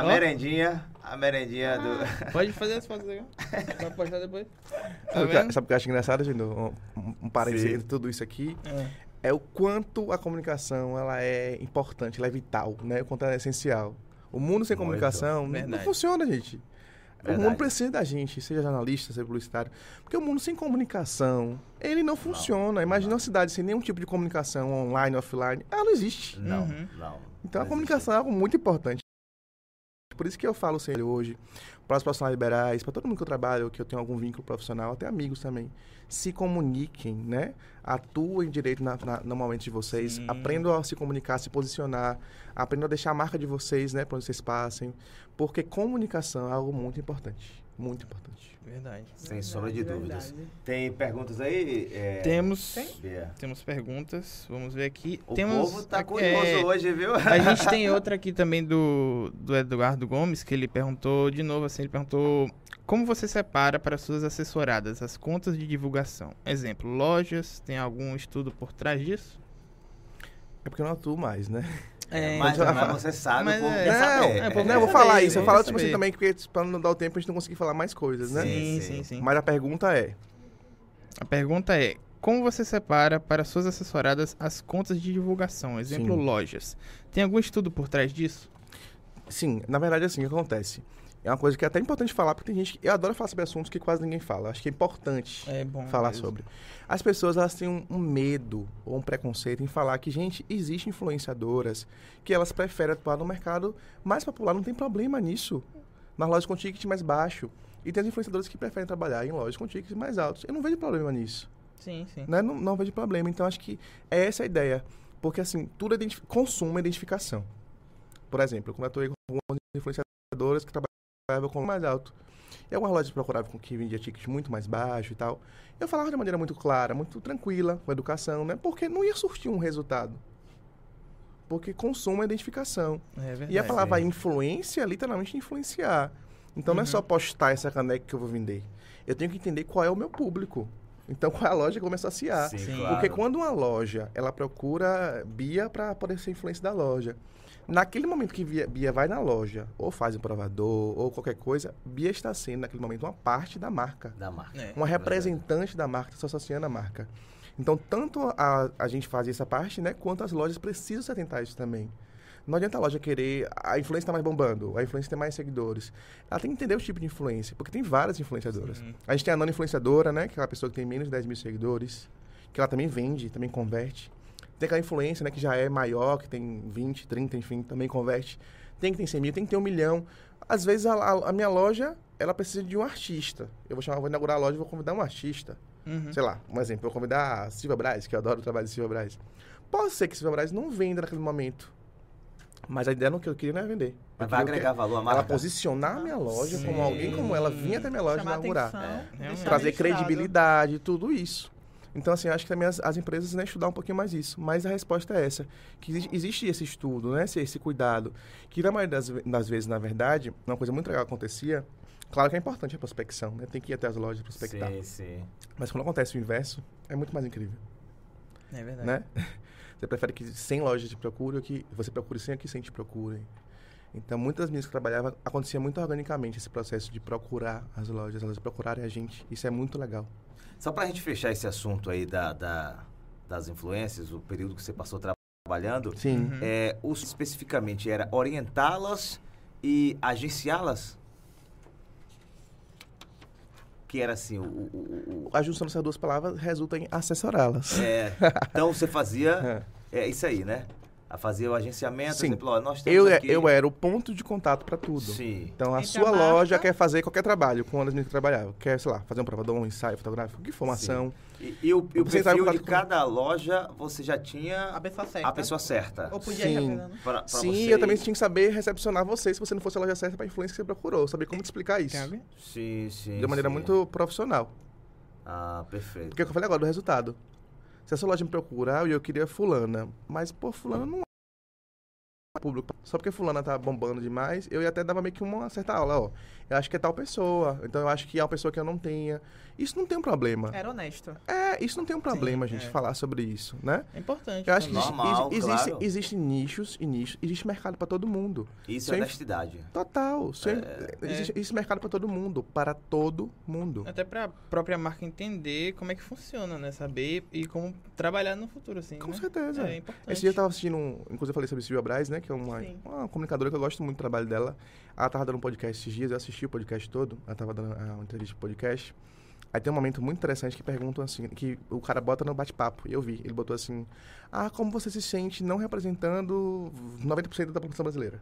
merendinha do... Pode fazer as fotos aí, ó. Vai postar depois. Tá Sabe o que, vendo? sabe o que eu acho engraçado, gente? Um parênteses Sim. entre tudo isso aqui. É. É o quanto a comunicação ela é importante, ela é vital, né? O quanto ela é essencial. O mundo sem Muito. comunicação não Verdade. funciona, gente. O Verdade. mundo precisa da gente, seja jornalista, seja publicitário. Porque o mundo sem comunicação, ele não funciona. Imagina uma cidade sem nenhum tipo de comunicação online, offline. Ela não existe. Não, Uhum. não. Então a Não comunicação é algo muito importante. Por isso que eu falo sempre hoje, para os profissionais liberais, para todo mundo que eu trabalho, que eu tenho algum vínculo profissional, até amigos também, se comuniquem, né? Atuem direito no momento de vocês, Sim. aprendam a se comunicar, a se posicionar, aprendam a deixar a marca de vocês, né? Para onde vocês passem, porque comunicação é algo muito importante, muito importante. Verdade. Sem sombra de dúvidas. Verdade. Tem perguntas aí? Temos Bia? perguntas. Vamos ver aqui. O Temos povo tá aqui, curioso hoje, viu? A gente tem outra aqui também do Eduardo Gomes, que ele perguntou de novo, assim, ele perguntou como você separa para suas assessoradas as contas de divulgação? Exemplo, lojas, tem algum estudo por trás disso? É porque eu não atuo mais, né? Mas você sabe, Mas o povo é- quer saber. o povo Não, eu vou quer falar saber, isso, eu quer falo tipo assim saber. também, porque para não dar o tempo a gente não conseguir falar mais coisas, né? Sim, sim. sim. Mas a pergunta é, A pergunta é, como você separa para suas assessoradas as contas de divulgação? Exemplo, Sim. lojas. Tem algum estudo por trás disso? Sim, na verdade, assim, o que acontece? É uma coisa que é até importante falar, porque tem gente que... Eu adoro falar sobre assuntos que quase ninguém fala. Acho que é importante É bom falar mesmo. sobre. As pessoas, elas têm um medo ou um preconceito em falar que, gente, existem influenciadoras que elas preferem atuar no mercado mais popular. Não tem problema nisso. Nas lojas com ticket mais baixo. E tem as influenciadoras que preferem trabalhar em lojas com tickets mais altos. Eu não vejo problema nisso. Sim, sim. Né? Não vejo problema. Então, acho que é essa a ideia. Porque, assim, tudo é consumo é identificação. Por exemplo, eu atuei com algumas influenciadoras que trabalhavam com mais alto. E algumas lojas procuravam com que vendia ticket muito mais baixo e tal. Eu falava de maneira muito clara, muito tranquila, com educação, né? Porque não ia surtir um resultado. Porque consumo é identificação. É verdade. E a palavra influência é literalmente influenciar. Então não é só postar essa caneca que eu vou vender. Eu tenho que entender qual é o meu público. Então qual é a loja que eu vou me associar. Sim, Sim. claro. Porque quando uma loja, ela procura Bia para poder ser influência da loja. Naquele momento que Bia vai na loja, ou faz um provador, ou qualquer coisa, Bia está sendo, naquele momento, uma parte da marca. Da marca. É. Uma representante da marca, se associando à marca. Então, tanto a gente faz essa parte, né, quanto as lojas precisam se atentar a isso também. Não adianta a loja querer... A influência está mais bombando, a influência tem mais seguidores. Ela tem que entender o tipo de influência, porque tem várias influenciadoras. Sim. A gente tem a nona influenciadora, né, que é aquela pessoa que tem menos de 10 mil seguidores, que ela também vende, também converte. Tem aquela influência, né, que já é maior, que tem 20, 30, enfim, também converte. Tem que ter 100 mil, tem que ter 1 milhão. Às vezes a minha loja, ela precisa de um artista. Vou inaugurar a loja e vou convidar um artista. Uhum. Sei lá, um exemplo, eu vou convidar a Silvia Braz, que eu adoro o trabalho de Silvia Braz. Pode ser que Silvia Braz não venda naquele momento. Mas a ideia que eu queria não é vender. Mas vai agregar valor à marca. Ela posicionar a minha loja como alguém como ela vinha até a minha loja Chamar inaugurar. atenção, realmente. deixar Trazer registrado. credibilidade, tudo isso. Então, assim, acho que também as empresas, né, estudar um pouquinho mais isso. Mas a resposta é essa. Que existe esse estudo, né, esse cuidado. Que na maioria das vezes, na verdade, uma coisa muito legal que acontecia. Claro que é importante a prospecção, né? Tem que ir até as lojas prospectar. Sim, sim. Mas quando acontece o inverso, é muito mais incrível, É verdade. né? Você prefere que 100 lojas te procurem ou que você procure 100 ou que 100 te procurem. Então, muitas das minhas que trabalhavam, acontecia muito organicamente esse processo de procurar as lojas, elas procurarem a gente. Isso é muito legal. Só pra gente fechar esse assunto aí das influências, o período que você passou trabalhando, Sim. especificamente era orientá-las e agenciá-las? Que era assim, A junção dessas duas palavras resulta em assessorá-las. então você fazia isso aí, né? Fazia o agenciamento, Sim. exemplo, ó, nós temos aqui... Eu era o ponto de contato para tudo. Sim. Então, a Entre sua a marca- loja quer fazer qualquer trabalho com as meninas que trabalhavam. Quer, sei lá, fazer um provador, um ensaio fotográfico, que formação. E o Você entrava em perfil de contato com- cada loja, você já tinha A pessoa certa. a pessoa certa. Ou podia Sim. ir revelando. Pra Sim, você... eu também tinha que saber recepcionar você se você não fosse a loja certa para a influência que você procurou. Saber como te explicar isso. Tem alguém? Sim, sim. De uma maneira sim. muito profissional. Ah, perfeito. Porque é o que eu falei agora do resultado. Se a sua loja me procurar e eu queria fulana, mas, pô, fulana não é público. Só porque fulana tá bombando demais, eu ia até dar meio que uma certa aula, ó. Eu acho que é tal pessoa, então eu acho que é uma pessoa que eu não tenha. Isso não tem um problema. Era honesto. Isso não tem um problema, gente, falar sobre isso, né? É importante. Eu acho que Normal, claro. existem nichos e nichos. Existe mercado para todo mundo. Isso é honestidade. Total. Existe mercado para todo mundo. Para todo mundo. Até pra própria marca entender como é que funciona, né? Saber e como trabalhar no futuro, assim, Com né? certeza. É importante. Esse dia eu tava assistindo, inclusive eu falei sobre Silvia Braz, né? Que é Sim. uma comunicadora que eu gosto muito do trabalho dela. Ela tava dando um podcast esses dias, eu assisti o podcast todo. Ela tava dando uma entrevista de podcast. Aí tem um momento muito interessante que perguntam assim, que o cara bota no bate-papo, e eu vi, ele botou assim, como você se sente não representando 90% da população brasileira?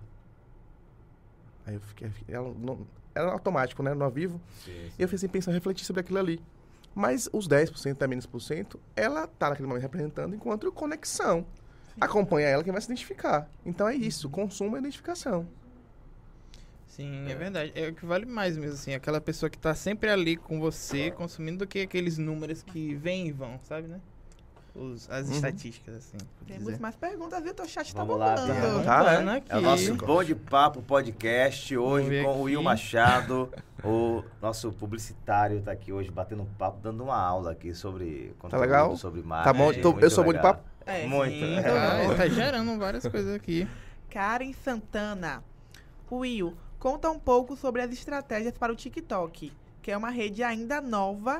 Aí eu fiquei era automático, né, no ao vivo, Sim, sim. e eu fiquei assim, pensando, refletir sobre aquilo ali. Mas os 10%, até menos por cento, ela tá naquele momento representando enquanto conexão. Acompanha ela quem vai se identificar. Então é isso, consumo é identificação. Sim, é verdade. É o que vale mais mesmo, assim. Aquela pessoa que tá sempre ali com você, consumindo, do que aqueles números que vêm e vão, sabe, né? As estatísticas, assim. por Temos dizer. mais perguntas, viu? Teu chat Vamos tá lá, bombando. Bia. Tá, Bacana é? aqui. É o nosso Bom de Papo podcast, Vamos hoje ver com o aqui. Will Machado, o nosso publicitário tá aqui hoje batendo um papo, dando uma aula aqui sobre conteúdo, legal? sobre Tá marketing. bom? muito Eu sou bom de legal. papo? É, Muito. sim, Tá gerando várias coisas aqui. Karen Santana. Will, conta um pouco sobre as estratégias para o TikTok, que é uma rede ainda nova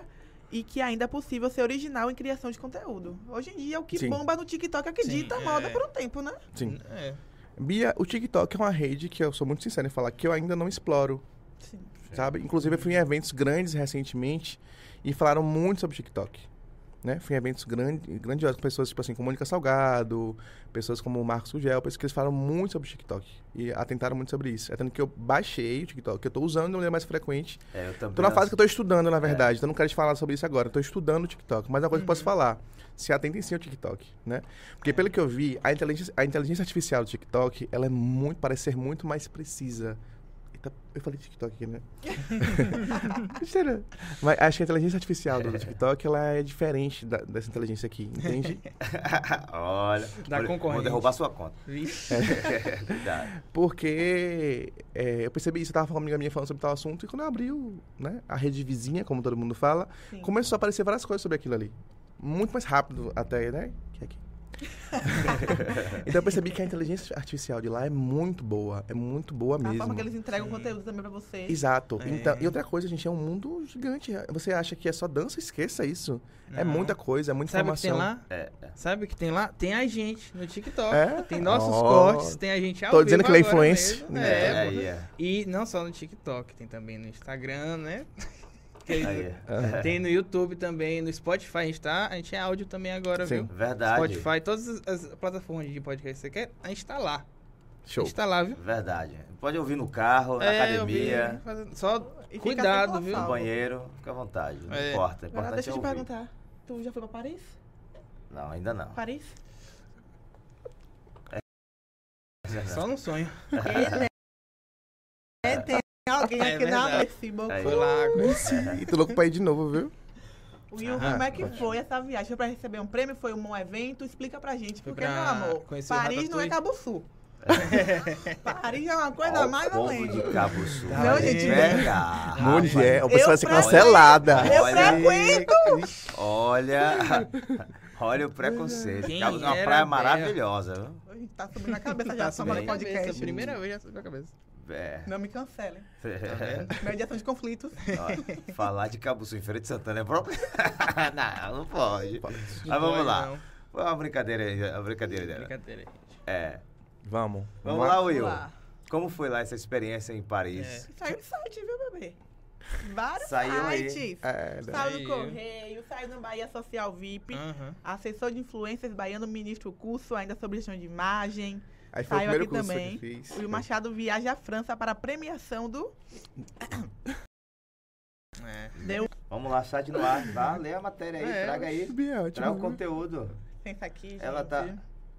e que ainda é possível ser original em criação de conteúdo. Hoje em dia, o que Sim. bomba no TikTok é o que Sim, dita moda por um tempo, né? Sim. É. Bia, o TikTok é uma rede que eu sou muito sincero em falar que eu ainda não exploro, Sim. sabe? Inclusive, eu fui em eventos grandes recentemente e falaram muito sobre TikTok. Né? Fui em eventos grandiosos com pessoas tipo assim, como Mônica Salgado, pessoas como o Marcos Ugel, pessoas que eles falam muito sobre TikTok e atentaram muito sobre isso. É tanto que eu baixei o TikTok, que eu tô usando de maneira mais frequente. Eu também. Tô na fase que eu tô estudando, na verdade, então eu não quero te falar sobre isso agora. Eu tô estudando o TikTok, mas é uma coisa que eu posso falar. Se atentem sim ao TikTok, né? Porque pelo que eu vi, a inteligência artificial do TikTok, ela parece ser muito mais precisa. Eita, eu falei TikTok aqui, né? Besteira. Mas acho que a inteligência artificial do TikTok, ela é diferente dessa inteligência aqui, entende? Olha, Da concorrente. vou derrubar sua conta. Vixe. Verdade. Porque eu percebi isso, eu tava falando com uma amiga minha falando sobre tal assunto, e quando eu abri né, a rede vizinha, como todo mundo fala, Sim. começou a aparecer várias coisas sobre aquilo ali. Muito mais rápido até, né? Que aqui. Então eu percebi que a inteligência artificial de lá é muito boa A mesmo. forma que eles entregam conteúdo também pra você. Exato. É. Então, e outra coisa, gente, é um mundo gigante. Você acha que é só dança? Esqueça isso. É Não. muita coisa, é muita Sabe o que tem informação. lá? Sabe o que tem lá? Tem a gente no TikTok. É? Tem nossos Ó. cortes, tem a gente ao Tô dizendo vivo que ele é agora influencer. mesmo. É, pô. aí é. E não só no TikTok, tem também no Instagram, né? Que Aí Tem no YouTube também, no Spotify, a gente é áudio também agora, Sim. viu? Verdade. Spotify, todas as plataformas de podcast que você quer, a gente tá lá. Show. A gente tá lá, viu? Verdade. Pode ouvir no carro, na academia, Só E fica cuidado, sempre viu? no salvo. banheiro. Fica à vontade. Não É. importa. O Agora importante deixa é eu te ouvir. perguntar. Tu já foi pra Paris? Não, ainda não. Paris? Só no sonho. Tem alguém É aqui na verdade. Facebook. Aí. Foi lá. E tô louco pra ir de novo, viu? Will, como é que foi essa viagem? Foi pra receber um prêmio? Foi um bom evento? Explica pra gente. Foi Porque, pra meu amor, conhecer o Paris não é Ratatouille. Cabo Sul. Paris é uma coisa Ó, mais o povo além. de Cabo Sul. Não, vai gente, pegar. Mulher, a Eu pessoa vai ser frequento. cancelada. Eu Olha aí. frequento. Olha o preconceito. Quem Cabo é uma era praia Bea? maravilhosa, viu? A gente tá subindo a cabeça já, Tá só no subindo a cabeça, podcast. primeira vez já subiu a cabeça. É. Não me cancelem. vendo? Mediação de conflitos. Ó, falar de Cabo Sul em Feira de Santana é próprio. Não, não pode. Não Mas vamos pode, lá. não. Foi uma brincadeira aí, a brincadeira dela. Brincadeira, gente. É. Vamos. Vamos lá, Will. Vamos lá. Como foi lá essa experiência em Paris? Saiu em site, viu, bebê? Vários Saiu aí. sites. É, né? Saiu no Saiu. Correio, saiu no Bahia Social VIP. Aham. Assessor de influências baiano ministra o curso ainda sobre gestão de imagem. Aí foi o Saiu primeiro aqui curso também. que eu fiz. O Will Machado viaja à França para a premiação do... É. Deu Vamos lá, chat no ar. Vá, lê a matéria aí, traga aí. Bia, ótimo, Traga o viu? conteúdo. Pensa aqui, gente. Ela tá-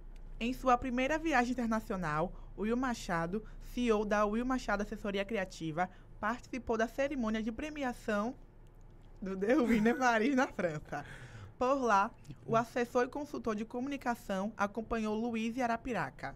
Em sua primeira viagem internacional, o Will Machado, CEO da Will Machado Assessoria Criativa, participou da cerimônia de premiação do The Winner Paris, na França. Por lá, o assessor e consultor de comunicação acompanhou Luiz Arapiraca,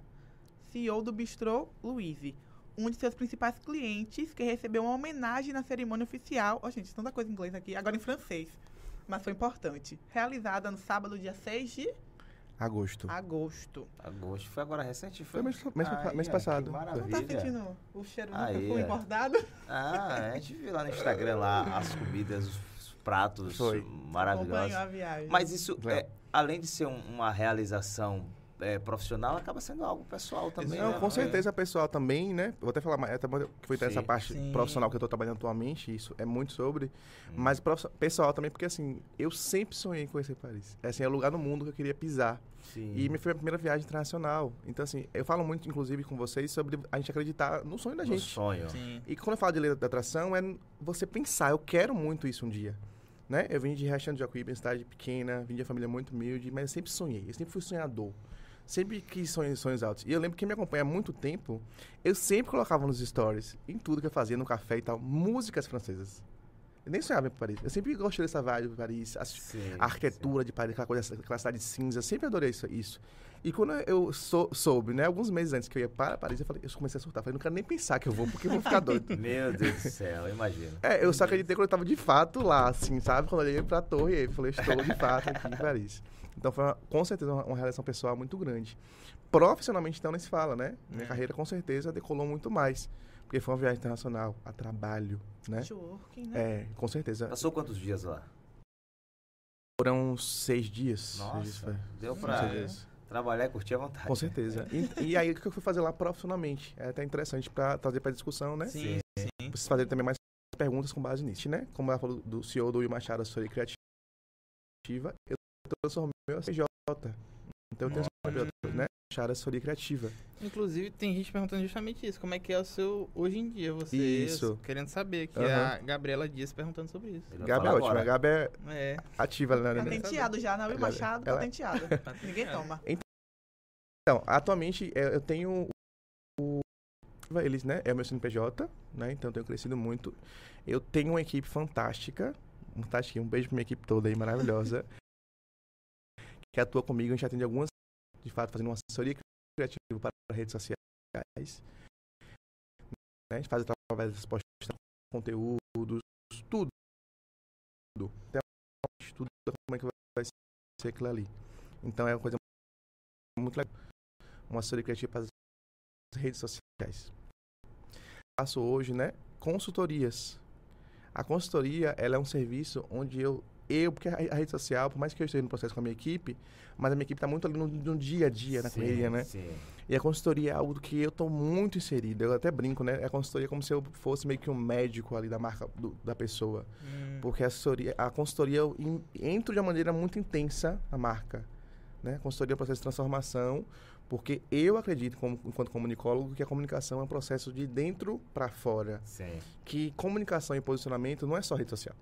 CEO do Bistrô Luiz, um de seus principais clientes, que recebeu uma homenagem na cerimônia oficial. Ó, gente, tanta coisa em inglês aqui, agora em francês, mas foi importante. Realizada no sábado, dia 6 de Agosto. agosto. Agosto. Foi agora recente? Foi mês Aí, ó, passado. que Não maravilha. tá sentindo o cheiro do Aí, perfume ó. importado? Ah, a gente viu lá no Instagram lá as comidas, os pratos Foi. maravilhosos. Acompanhou a viagem. Mas isso, Léo. além de ser uma realização profissional, acaba sendo algo pessoal também. Não, né? com certeza, pessoal também, né? Vou até falar mais, até que foi essa Sim. parte Sim. profissional que eu tô trabalhando atualmente, isso é muito sobre, mas pessoal também, porque assim, eu sempre sonhei em conhecer Paris. Assim, é o lugar no mundo que eu queria pisar. Sim. E foi a primeira viagem internacional. Então, assim, eu falo muito, inclusive, com vocês sobre a gente acreditar no sonho da No gente. sonho. Sim. E quando eu falo de lei da atração, é você pensar, eu quero muito isso um dia. Né? Eu vim de Riachão de Jacuípe, uma cidade pequena, vim de uma família muito humilde, mas eu sempre sonhei, eu sempre fui sonhador. Sempre quis sonhos altos. E eu lembro que quem me acompanha há muito tempo, eu sempre colocava nos stories, em tudo que eu fazia, no café e tal, músicas francesas. Eu nem sonhava em Paris. Eu sempre gostei dessa vibe de Paris, Sim, a arquitetura de Paris, aquela coisa, aquela cidade cinza, eu sempre adorei isso. E quando eu soube, né, alguns meses antes que eu ia para Paris, eu comecei a surtar. Falei, não quero nem pensar que eu vou, porque eu vou ficar doido. Meu Deus do céu, imagina. Eu só acreditei quando eu tava de fato lá, assim, sabe? Quando eu olhei pra torre, eu falei, estou de fato aqui em Paris. Então foi, com certeza, uma realização pessoal muito grande. Profissionalmente, então, nem se fala, né? Minha carreira, com certeza, decolou muito mais. Porque foi uma viagem internacional, a trabalho, né? Networking, né? Com certeza. Passou quantos dias lá? Foram 6 dias. Nossa, deu 6 pra dias. trabalhar e curtir à vontade. Com certeza. E aí, o que eu fui fazer lá profissionalmente? É até interessante para trazer para discussão, né? Sim. Vocês fazerem também mais perguntas com base nisso, né? Como ela falou do CEO do Will Machado, assessoria criativa, eu transformei a CJ. Então, eu tenho CJ, né? Machado, assessoria criativa. Inclusive, tem gente perguntando justamente isso. Como é que é o seu hoje em dia? Você Isso. querendo saber. Que é a Gabriela Dias perguntando sobre isso. Ele vai Gabi é falar ótima. agora. A Gabi é É. ativa, né? Patenteado já, na Will Machado, Ela- patenteado. Ninguém toma. Então, atualmente, eu tenho eles, né? É o meu CNPJ, né? Então, eu tenho crescido muito. Eu tenho uma equipe fantástica. Um beijo pra minha equipe toda aí, maravilhosa. Que atua comigo. A gente atende algumas, de fato, fazendo uma assessoria criativa para redes sociais. Né? A gente faz através das postagens, conteúdos, tudo. Até estuda como é que vai ser aquilo ali. Então, é uma coisa muito legal. Uma assessoria criativa para as redes sociais. Faço hoje, né, consultorias. A consultoria, ela é um serviço onde porque a rede social, por mais que eu esteja no processo com a minha equipe, mas a minha equipe está muito ali no dia a dia, na correria, né? Sim. E a consultoria é algo que eu estou muito inserido. Eu até brinco, né? A consultoria é como se eu fosse meio que um médico ali da marca da pessoa. Porque a consultoria eu entro de uma maneira muito intensa na marca. Né? A consultoria é um processo de transformação, porque eu acredito, enquanto comunicólogo, que a comunicação é um processo de dentro para fora. Sim. Que comunicação e posicionamento não é só rede social.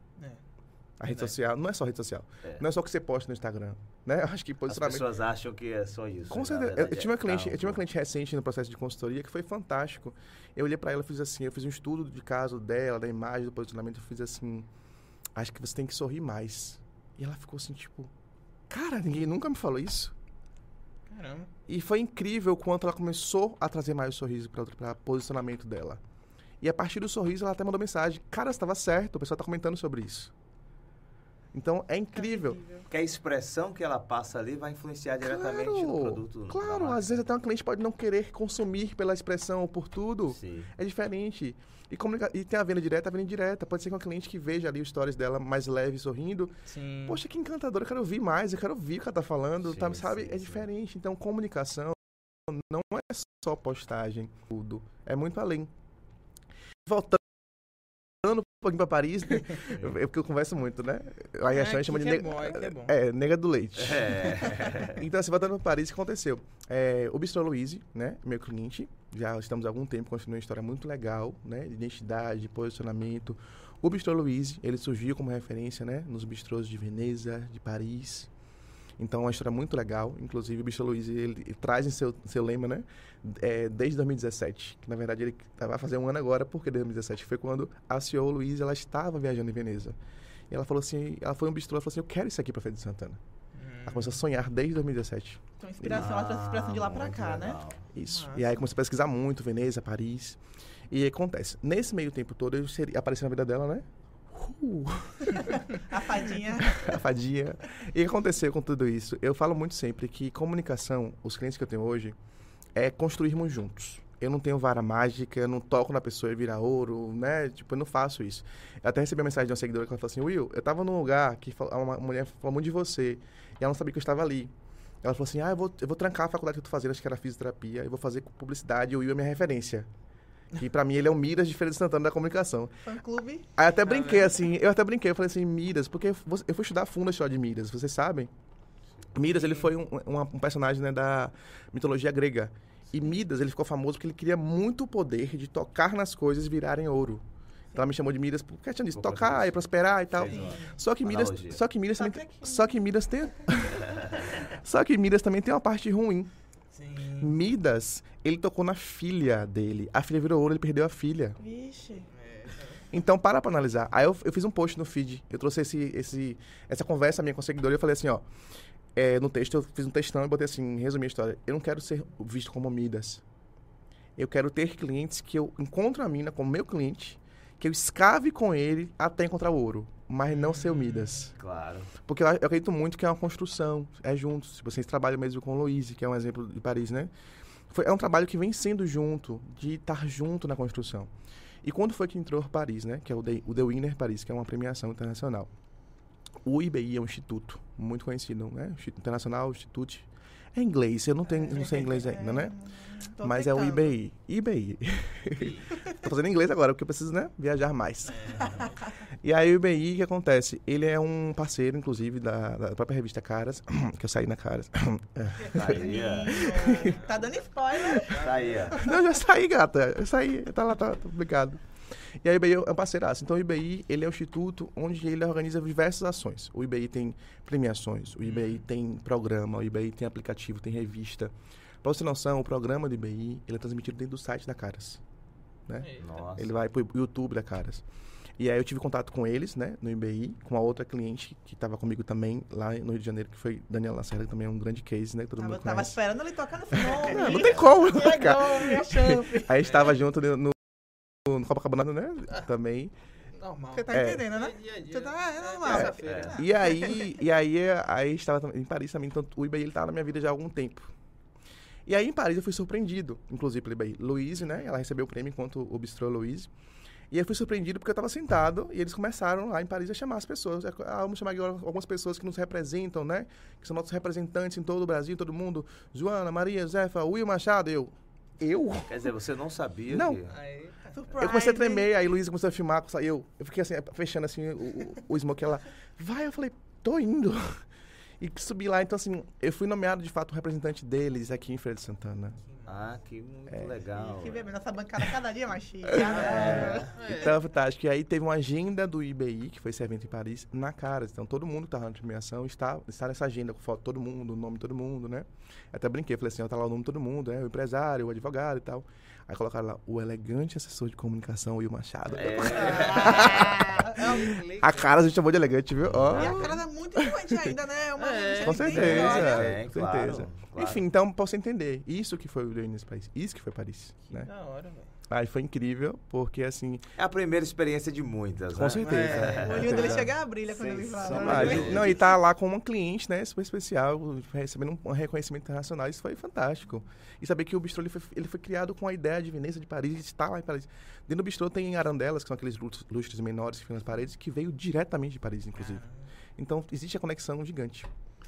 A rede Verdade. social não é só rede social. É. Não é só o que você posta no Instagram. Né? Eu acho que As posicionamento... pessoas acham que é só isso. Com Na certeza. verdade, Eu tinha uma um cliente recente no processo de consultoria que foi fantástico. Eu olhei pra ela e fiz assim, eu fiz um estudo de caso dela, da imagem, do posicionamento, eu fiz assim, acho que você tem que sorrir mais. E ela ficou assim, tipo, cara, ninguém nunca me falou isso. Caramba. E foi incrível o quanto ela começou a trazer mais o sorriso para posicionamento dela. E a partir do sorriso, ela até mandou mensagem, cara, você estava certo, o pessoal tá comentando sobre isso. Então, é incrível. Porque a expressão que ela passa ali vai influenciar diretamente no produto. da Claro, marca. às vezes até um cliente pode não querer consumir pela expressão ou por tudo. Sim. É diferente. E tem a venda direta, a venda indireta. Pode ser que um cliente que veja ali os stories dela mais leve, sorrindo. Sim. Poxa, que encantador, eu quero ouvir mais, eu quero ouvir o que ela tá falando, Sim, sabe? sim, É sim. diferente. Então, comunicação não é só postagem, tudo. É muito além. Voltando um pouquinho pra Paris, né? Porque eu converso muito, né? Aí a Chan chama de que é bom, que é bom. nega do leite. É. Então, assim, voltando para Paris, o que aconteceu? O Bistrô Louise, né, meu cliente, já estamos há algum tempo construindo uma história muito legal, né, de identidade, de posicionamento. O Bistrô Louise, ele surgiu como referência, né, nos bistrôs de Veneza, de Paris. Então, é uma história muito legal. Inclusive, o Bistrô Louise, ele traz em seu lema, né, desde 2017. Que, na verdade, ele vai fazer um ano agora, porque 2017 foi quando a CEO Louise, ela estava viajando em Veneza. E ela falou assim, ela foi um bistrô, ela falou assim, eu quero isso aqui para Feira de Santana. Ela começou a sonhar desde 2017. Então, inspiração, ela trouxe inspiração de lá pra muito cá, né? legal. Isso. Massa. E aí comecei a pesquisar muito, Veneza, Paris. E aí acontece. Nesse meio tempo todo, eu apareci na vida dela, né? A fadinha. A fadinha. E o que aconteceu com tudo isso? Eu falo muito sempre que comunicação, os clientes que eu tenho hoje, é construirmos juntos. Eu não tenho vara mágica, eu não toco na pessoa e vira ouro, né? Tipo, eu não faço isso. Eu até recebi uma mensagem de uma seguidora que ela falou assim, Will, eu tava num lugar que uma mulher falou muito de você, e ela não sabia que eu estava ali. Ela falou assim, eu vou trancar a faculdade que eu tô fazendo, acho que era fisioterapia, eu vou fazer publicidade, e o Will é minha referência. E pra mim ele é o Midas de Feira de Santana da comunicação. Fã-clube. Aí eu até brinquei assim, eu falei assim, Midas, porque eu fui estudar a fundo a história de Midas, vocês sabem? Midas, ele foi um personagem, né, da mitologia grega. E Midas, ele ficou famoso porque ele queria muito o poder de tocar nas coisas e virarem ouro. Então ela me chamou de Midas porque tinha disso, tocar e prosperar e tal. Sim. Só que Midas, Analogia. só que Midas também, Toca aqui. só que Midas tem Só que Midas também tem uma parte ruim. Sim. Midas, ele tocou na filha dele. A filha virou ouro, ele perdeu a filha. Vixe. Então, para analisar. Aí eu fiz um post no feed. Eu trouxe essa conversa minha com a seguidora e eu falei assim, ó. No texto, eu fiz um textão e botei assim, resumi a história. Eu não quero ser visto como Midas. Eu quero ter clientes que eu encontro a mina como meu cliente, que eu escave com ele até encontrar o ouro. Mas não ser o Midas. Claro. Porque eu acredito muito que é uma construção, é juntos. Se vocês trabalham mesmo com o Louise, que é um exemplo de Paris, né? É um trabalho que vem sendo junto, de estar junto na construção. E quando foi que entrou Paris, né? Que é o The Winner Paris, que é uma premiação internacional. O IBI é um instituto muito conhecido, né? Instituto Internacional, Instituto... É inglês, eu não sei inglês ainda, né? Mas é o IBI. IBI. Tô fazendo inglês agora, porque eu preciso, né, viajar mais. E aí o IBI, o que acontece? Ele é um parceiro, inclusive, da própria revista Caras, que eu saí na Caras. Aí, ó. Tá dando spoiler. Aí, ó. Não, eu já saí, gata. Eu saí, tá lá, tá publicado. E aí o IBI é um parceiraço. Então o IBI, ele é um instituto onde ele organiza diversas ações. O IBI tem premiações, o IBI tem programa, o IBI tem aplicativo, tem revista. Pra você ter noção, o programa do IBI, ele é transmitido dentro do site da Caras. Né? Nossa. Ele vai pro YouTube da Caras. E aí eu tive contato com eles, né, no IBI, com a outra cliente que estava comigo também lá no Rio de Janeiro, que foi Daniela Lacerda, que também é um grande case, né, que todo mundo Eu tava conhece. esperando ele tocar nesse nome. Não tem como. Chegou, minha chance. Aí a gente estava junto no Copacabana, né, também. Normal. Você tá entendendo, né? Dia a dia. Você tá, é normal. Terça-feira. E aí estava em Paris também, então o IBI ele estava na minha vida já há algum tempo. E aí em Paris eu fui surpreendido, inclusive pelo IBI. Louise, né, ela recebeu o prêmio enquanto o Bistrô Louise. E eu fui surpreendido porque eu estava sentado e eles começaram lá em Paris a chamar as pessoas. Vamos chamar agora algumas pessoas que nos representam, né? Que são nossos representantes em todo o Brasil, todo mundo. Joana, Maria, Zefa, Will Machado, eu? Quer dizer, você não sabia Não. que... Aí, Surprise. Eu comecei a tremer, aí a Luísa começou a filmar, eu fiquei assim, fechando assim o smoke, ela, vai, eu falei, tô indo. E subi lá, então assim, eu fui nomeado de fato o representante deles aqui em Feira de Santana. Ah, que muito legal. Que bebê, nossa bancada cada dia mais chique. Então é fantástico. E aí teve uma agenda do IBI, que foi esse evento em Paris, na Caras. Então todo mundo que estava na premiação está nessa agenda, com foto de todo mundo, o nome de todo mundo, né? Até brinquei, falei assim, tá lá o nome de todo mundo, o empresário, o advogado e tal. Aí colocaram lá, o elegante assessor de comunicação, Will Machado. A Caras a gente chamou de elegante, viu? Ó. E a cara é muito influente ainda, né? É uma revista Com que tem certeza, história. com claro, certeza. claro. Enfim, então, pra você entender, isso que foi o IBI nesse país, isso que foi Paris, né? da hora, velho. Aí foi incrível, porque assim, É a primeira experiência de muitas, com né? certeza. O olhinho dele chega a brilha quando ele Sensacional. fala. Imagina. Não, e tá lá com uma cliente, né, super especial, recebendo um reconhecimento internacional, isso foi fantástico. E saber que o bistrô ele foi criado com a ideia de Veneza de Paris, está lá em Paris. Dentro do bistrô tem arandelas, que são aqueles lustres menores que ficam nas paredes, que veio diretamente de Paris, inclusive. Então, existe a conexão gigante.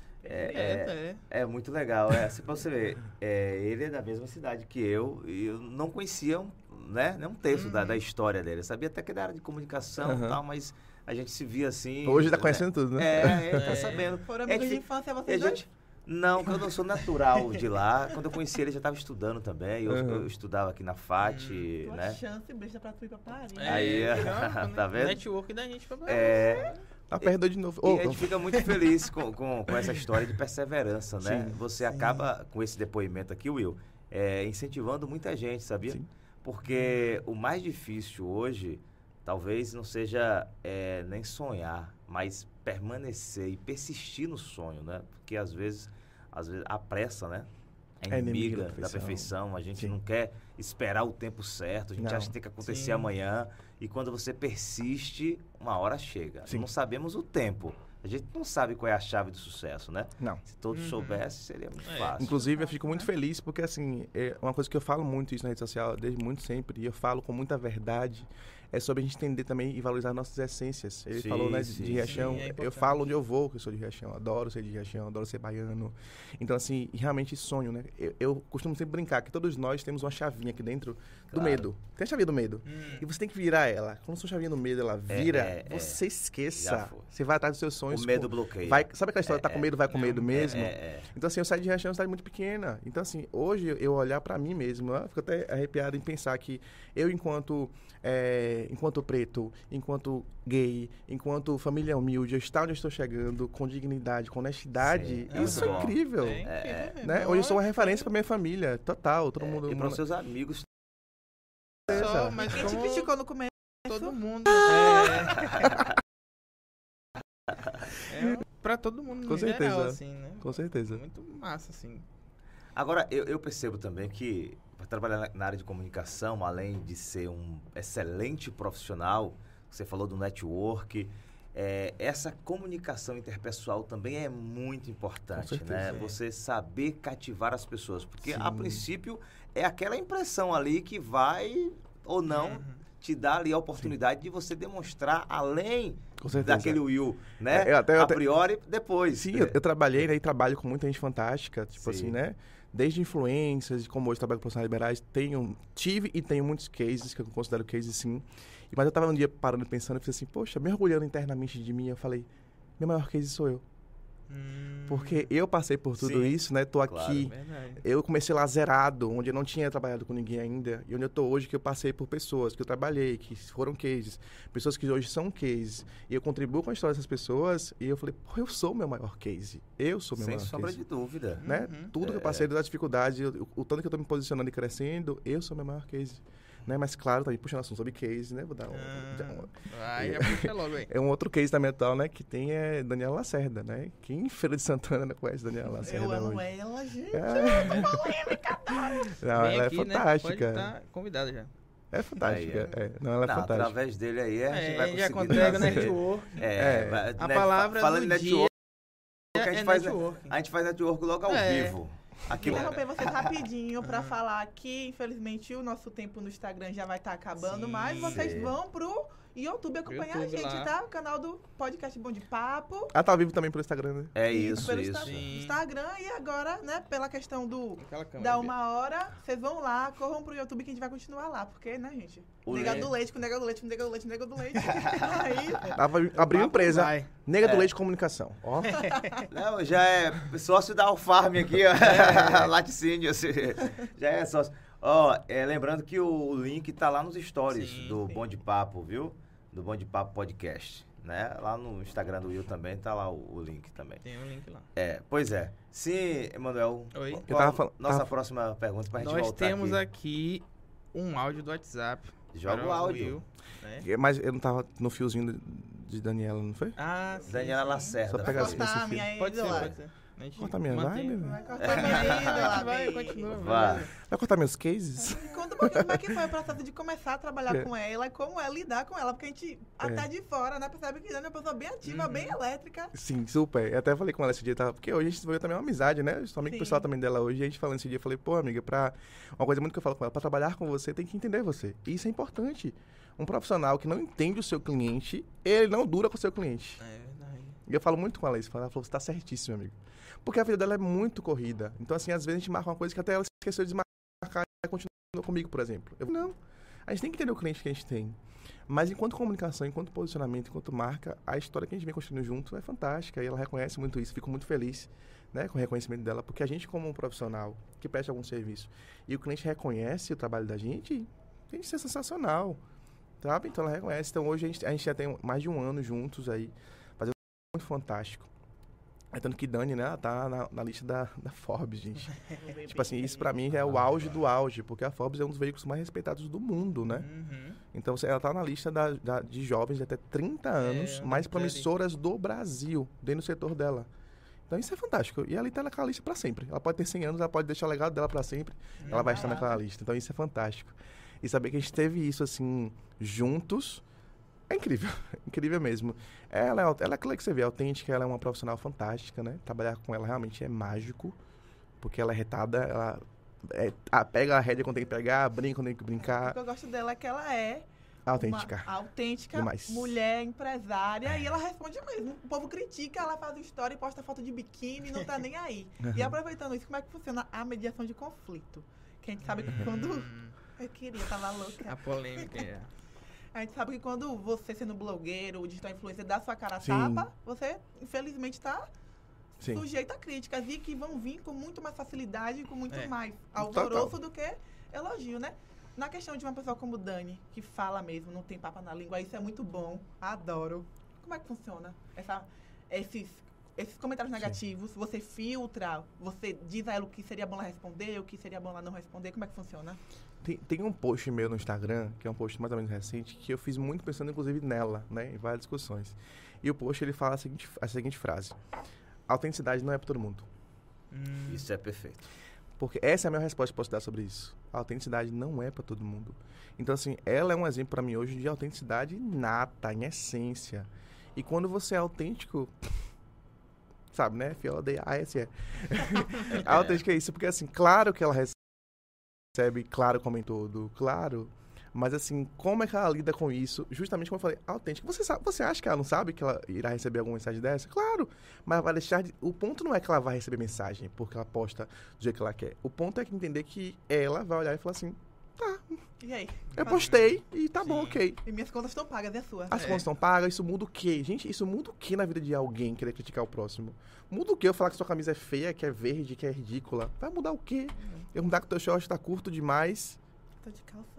É muito legal. Assim, pra você ver, ele é da mesma cidade que eu, e eu não conhecia nem um terço da história dele. Eu sabia até que era área de comunicação e tal, mas a gente se via assim... Hoje tá conhecendo tudo, né? Tá sabendo. Foram É amigos de que infância a vocês dois? gente, não, porque eu não sou natural de lá. Quando eu conheci ele, já estava estudando também. Eu estudava aqui na FAT, Tua né? chance, besta pra tu ir pra Paris. Aí, tá vendo? O network da gente foi bom. Tá perto de novo. E a gente fica muito feliz com essa história de perseverança, né? Sim. Você acaba, com esse depoimento aqui, Will, incentivando muita gente, sabia? Sim. Porque o mais difícil hoje, talvez não seja nem sonhar, mas permanecer e persistir no sonho, né? Porque às vezes a pressa, né? É inimiga da perfeição. A gente não quer esperar o tempo certo, a gente acha que tem que acontecer amanhã. E quando você persiste, uma hora chega. Sim. Não sabemos o tempo. A gente não sabe qual é a chave do sucesso, né? Não. Se todos soubessem, seria muito fácil. Inclusive, eu fico muito feliz porque, assim, é uma coisa que eu falo muito isso na rede social, desde muito sempre, e eu falo com muita verdade, é sobre a gente entender também e valorizar nossas essências. Ele falou, né, de Riachão. Sim, é Eu importante. falo onde eu vou, que eu sou de Riachão. Adoro ser de Riachão, adoro ser baiano. Então, assim, realmente sonho, né? Eu costumo sempre brincar que todos nós temos uma chavinha aqui dentro do medo. Tem a chavinha do medo. E você tem que virar ela. Quando sua chavinha do medo, ela vira, você Já esqueça. foi. Você vai atrás dos seus sonhos. O medo bloqueia. Sabe aquela história, tá com medo, vai com medo mesmo? É. Então, assim, eu saí de Riachão, uma cidade muito pequena. Então, assim, hoje eu olhar pra mim mesmo, eu fico até arrepiado em pensar que eu, enquanto preto, enquanto gay, enquanto família humilde, eu estar onde eu estou chegando, com dignidade, com honestidade, Sim, isso é muito bom. incrível. Né? Hoje eu sou uma referência pra minha família, total, todo mundo... E para os seus amigos. Só, mas Quem te como criticou no começo? todo mundo. Pra todo mundo, Com no geral, certeza. assim, né? Com certeza. Muito massa, assim. Agora, eu percebo também que para trabalhar na área de comunicação, além de ser um excelente profissional, você falou do network, essa comunicação interpessoal também é muito importante, Com certeza. né? Você saber cativar as pessoas, porque a Sim. princípio é aquela impressão ali que vai ou não te dá ali a oportunidade de você demonstrar além Com certeza. daquele Will, né? Eu até- a priori, depois. Sim, eu trabalhei, né, e trabalho com muita gente fantástica, tipo Sim. assim, né? Desde influências, como hoje trabalho com profissionais liberais, tive e tenho muitos cases, que eu considero cases, sim. Mas eu tava um dia parando e pensando, eu falei assim, poxa, mergulhando internamente de mim, eu falei, meu maior case sou eu. Porque eu passei por tudo Sim, isso, né? Tô claro. aqui. Verdade. Eu comecei lá zerado, onde eu não tinha trabalhado com ninguém ainda. E onde eu tô hoje, que eu passei por pessoas que eu trabalhei, que foram cases. Pessoas que hoje são cases. E eu contribuo com a história dessas pessoas. E eu falei, pô, eu sou o meu maior case. Eu sou o meu Sem maior sombra case. de dúvida. Né? Tudo que eu passei, das dificuldades, o tanto que eu tô me posicionando e crescendo, eu sou o meu maior case. Né? Mas claro, também puxando assunto sobre case, né? Vou dar Vai, já puxa logo aí. É um outro case também atual, né? Que tem é Daniela Lacerda, né? Quem em Feira de Santana não conhece Daniela Lacerda Eu amo hoje? ela, gente. Não, Vem ela aqui, é né? fantástica. Pode estar convidada já. É fantástica. Aí, é. Não, ela é Não, fantástica. através dele aí a gente vai já conseguir consegue o trazer- network. A né, palavra falando do de dia network, a gente faz networking. a gente faz network logo ao É. vivo. Aqui Interromper vocês rapidinho pra falar que, infelizmente, o nosso tempo no Instagram já vai estar acabando, Sim. mas vocês Sim. vão pro YouTube acompanhar YouTube a gente, lá. tá? O canal do Podcast Bom de Papo. Ela tá ao vivo também pelo Instagram, né? é isso, pelo isso. Sim. Instagram e agora, né, pela questão do Aquela câmera. da 1 hora, vocês vão lá, corram pro YouTube que a gente vai continuar lá, porque, né, gente? O Nega Le- do leite, com nega do leite, com nega do leite, com nega do leite. Aí, Abriu papo empresa. vai. Nega do Leite Comunicação. Ó. Não, já é sócio da Alfarm aqui, ó. Laticínio, assim, já é sócio. Ó, lembrando que o link tá lá nos stories Sim, do sim. Bom de Papo, viu? Do Bom de Papo Podcast, né? Lá no Instagram do Will também tá lá o link também. Tem um link lá. Pois é. Sim, Emanuel. Oi. Qual Eu tava nossa próxima pergunta pra gente Nós voltar temos aqui. aqui um áudio do WhatsApp. Joga para o áudio. Will, né? Mas eu não tava no fiozinho de Daniela, não foi? Ah, sim. Daniela sim. Lacerda. Só pegar foi. assim. cortar a minha Pode ser, ídola. pode ser. A gente Corta minha mantém- vibe, Vai velho. cortar minha ídola, Vai, Bi. continua. Vai. beleza. Vai cortar meus cases? Conta um pouquinho como é que foi o processo de começar a trabalhar É. com ela e como é lidar com ela, porque a gente, até de fora, né, percebe que ela é uma pessoa bem ativa, bem elétrica. Sim, super. Eu até falei com ela esse dia, porque hoje a gente desenvolveu também uma amizade, né? Eu sou amigo Sim. pessoal também dela hoje, e a gente falando esse dia, eu falei, pô, amiga, uma coisa muito que eu falo com ela, pra trabalhar com você, tem que entender você. E isso é importante. Um profissional que não entende o seu cliente, ele não dura com o seu cliente. É verdade. E eu falo muito com ela isso. Ela falou, você tá certíssimo, amigo. Porque a vida dela é muito corrida. Então, assim, às vezes a gente marca uma coisa que até ela esqueceu de marcar e continua comigo, por exemplo. Eu não. A gente tem que entender o cliente que a gente tem. Mas enquanto comunicação, enquanto posicionamento, enquanto marca, a história que a gente vem construindo junto é fantástica. E ela reconhece muito isso. Fico muito feliz, né, com o reconhecimento dela. Porque a gente, como um profissional que presta algum serviço, e o cliente reconhece o trabalho da gente, isso é sensacional. Sabe? Então ela reconhece. Então hoje a gente já tem mais de 1 ano juntos aí, fazendo muito fantástico. É tanto que Dani, né, ela tá na lista da Forbes, gente. Tipo assim, isso pra mim é o auge do auge, porque a Forbes é um dos veículos mais respeitados do mundo, né? Uhum. Então ela tá na lista de jovens de até 30 anos, eu mais notei. promissoras do Brasil, dentro do setor dela. Então isso é fantástico. E ela tá naquela lista pra sempre. Ela pode ter 100 anos, ela pode deixar o legado dela pra sempre, ela vai estar naquela lista. Então isso é fantástico. E saber que a gente teve isso, assim, juntos, é incrível. Incrível mesmo. Ela é aquela que você vê, autêntica, ela é uma profissional fantástica, né? Trabalhar com ela realmente é mágico, porque ela é retada, ela pega a rédea quando tem que pegar, brinca quando tem que O brincar. que eu gosto dela é que ela é Autêntica. uma autêntica Demais. mulher empresária e ela responde mesmo. O povo critica, ela faz história e posta foto de biquíni, não tá nem aí. E aproveitando isso, como é que funciona a mediação de conflito? Que a gente sabe que quando... Eu queria, tava louca. A polêmica é. A gente sabe que quando você, sendo blogueiro, digital influencer, dá sua cara a Sim. tapa, você, infelizmente, tá Sim. sujeito a críticas e que vão vir com muito mais facilidade, com muito É. mais alvoroço do que elogio, né? Na questão de uma pessoa como Dani, que fala mesmo, não tem papo na língua, isso é muito bom, adoro. Como é que funciona esses comentários negativos? Você filtra, você diz a ela o que seria bom ela responder, o que seria bom ela não responder, como é que funciona? Tem um post meu no Instagram, que é um post mais ou menos recente, que eu fiz muito pensando, inclusive, nela, né? Em várias discussões. E o post, ele fala a seguinte frase. Autenticidade não é para todo mundo. Isso é perfeito. Porque essa é a minha resposta que posso dar sobre isso. A autenticidade não é para todo mundo. Então, assim, ela é um exemplo para mim hoje de autenticidade nata, em essência. E quando você é autêntico... Sabe, né? Fiola de ASE. A autêntica é isso, porque, assim, claro que ela recebe, claro como em todo, claro. Mas assim, como é que ela lida com isso? Justamente como eu falei, autêntica. Você acha que ela não sabe que ela irá receber alguma mensagem dessa? Claro, mas vai deixar de... O ponto não é que ela vai receber mensagem porque ela posta do jeito que ela quer. O ponto é que entender que ela vai olhar e falar assim, tá, E aí? eu postei e tá bom, ok. E minhas contas estão pagas, e a sua? As contas estão pagas, isso muda o quê? Gente, isso muda o quê na vida de alguém querer criticar o próximo? Muda o quê? Eu falar que sua camisa é feia, que é verde, que é ridícula. Vai mudar o quê? Eu mudar que o teu short tá curto demais. Tô de calça.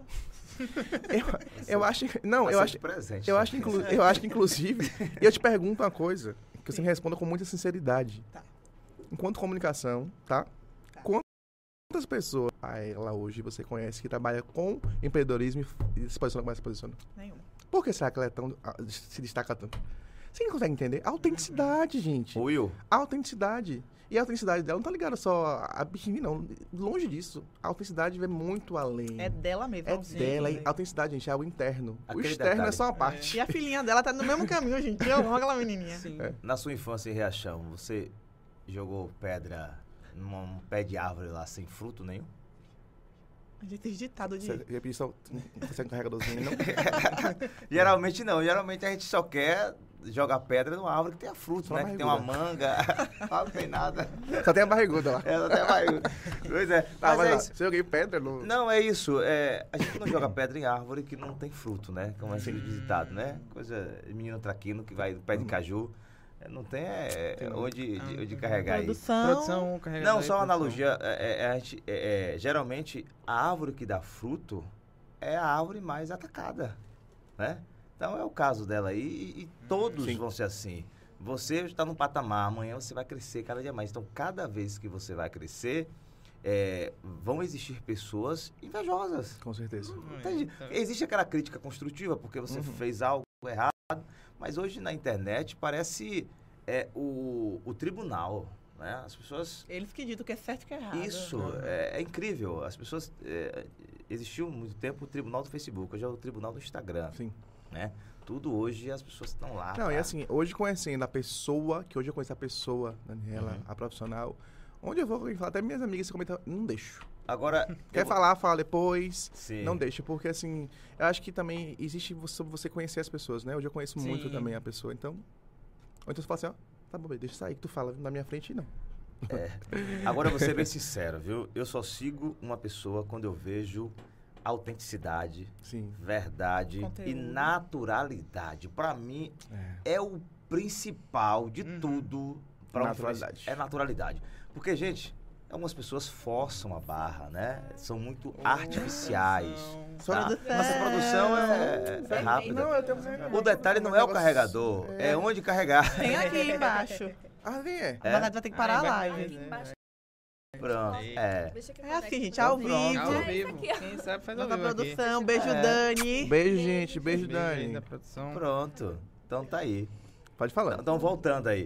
Eu acho... Não, Vai eu ser acho... de presente. Eu acho que, inclusive, e eu te pergunto uma coisa, que você me responda com muita sinceridade. Tá. Enquanto comunicação, tá? Quantas pessoas ela hoje você conhece que trabalha com empreendedorismo e se posiciona como ela se posiciona? Nenhuma. Por que será que ela se destaca tanto? Você não consegue entender? Autenticidade, gente. Will, Autenticidade. E a autenticidade dela não tá ligada só a biquíni, não. Longe disso. A autenticidade vai muito além. É dela mesmo. É não sei. dela. E a autenticidade, gente, é algo interno. Aquele o externo detalhe. é só uma parte. E a filhinha dela tá no mesmo caminho, gente. Eu amo aquela menininha. Sim. na sua infância em Riachão, você jogou pedra num pé de árvore lá sem fruto nenhum? A gente tem ditado de... Você repetir só, você é um carregadorzinho, não? Geralmente não. Geralmente a gente só quer jogar pedra numa árvore que tenha fruto, Só né? uma Que tem uma barriguda. manga. Não tem nada. Só tem a barriguda lá. Ela até vai. Pois é. Tá, Mas vai é lá. isso. Você joguei pedra no... Não, é isso. A gente não joga pedra em árvore que não tem fruto, né? Como é aquele ditado, né? Coisa menino traquino que vai do pé de caju. Não tem onde carregar aí. Produção, carregador. Não, só uma produção. analogia. Geralmente, a árvore que dá fruto é a árvore mais atacada, né? Então, é o caso dela aí e todos Sim. vão ser assim. Você está num patamar, amanhã você vai crescer cada dia mais. Então, cada vez que você vai crescer, vão existir pessoas invejosas. Com certeza. Entende? Existe aquela crítica construtiva porque você fez algo errado, mas hoje na internet parece o tribunal, né? As pessoas... Eles que ditam que é certo e que é errado. Isso, é incrível. As pessoas... existiu muito tempo o tribunal do Facebook, hoje é o tribunal do Instagram, Sim. né? Tudo hoje as pessoas estão lá. Não, e pra- assim, hoje conhecendo a pessoa, que hoje eu conheço a pessoa, Daniela, a profissional, onde eu vou alguém falar, até minhas amigas se comentam, não deixo. Agora... Quer falar, fala depois. Sim. Não deixa, porque assim, eu acho que também existe você conhecer as pessoas, né? Hoje eu conheço muito Sim. também a pessoa, então... Ou então você fala assim, ó, tá bom, deixa eu sair que tu fala na minha frente, não. Agora eu vou ser bem sincero, viu? Eu só sigo uma pessoa quando eu vejo autenticidade, Sim. verdade Conteúdo. e naturalidade. Pra mim, é o principal de tudo. Pra Naturalidade. É naturalidade. Porque, gente, algumas pessoas forçam a barra, né? São muito artificiais. Tá? Produção. Nossa produção é rápida. Não, eu tenho... O detalhe não é o carregador, é onde carregar. Tem aqui embaixo. Ah, vem, é. Na verdade, vai ter que parar a live. Aqui embaixo. Pronto. Deixa que eu É assim, conecto. gente, ao Pronto. vivo. Ao vivo. Quem sabe faz ao Nova vivo aqui. produção. Beijo, É. Dani. Beijo, gente. Beijo, Beijo aí Dani. da produção. Pronto. Então tá aí. Pode falar. Então voltando aí.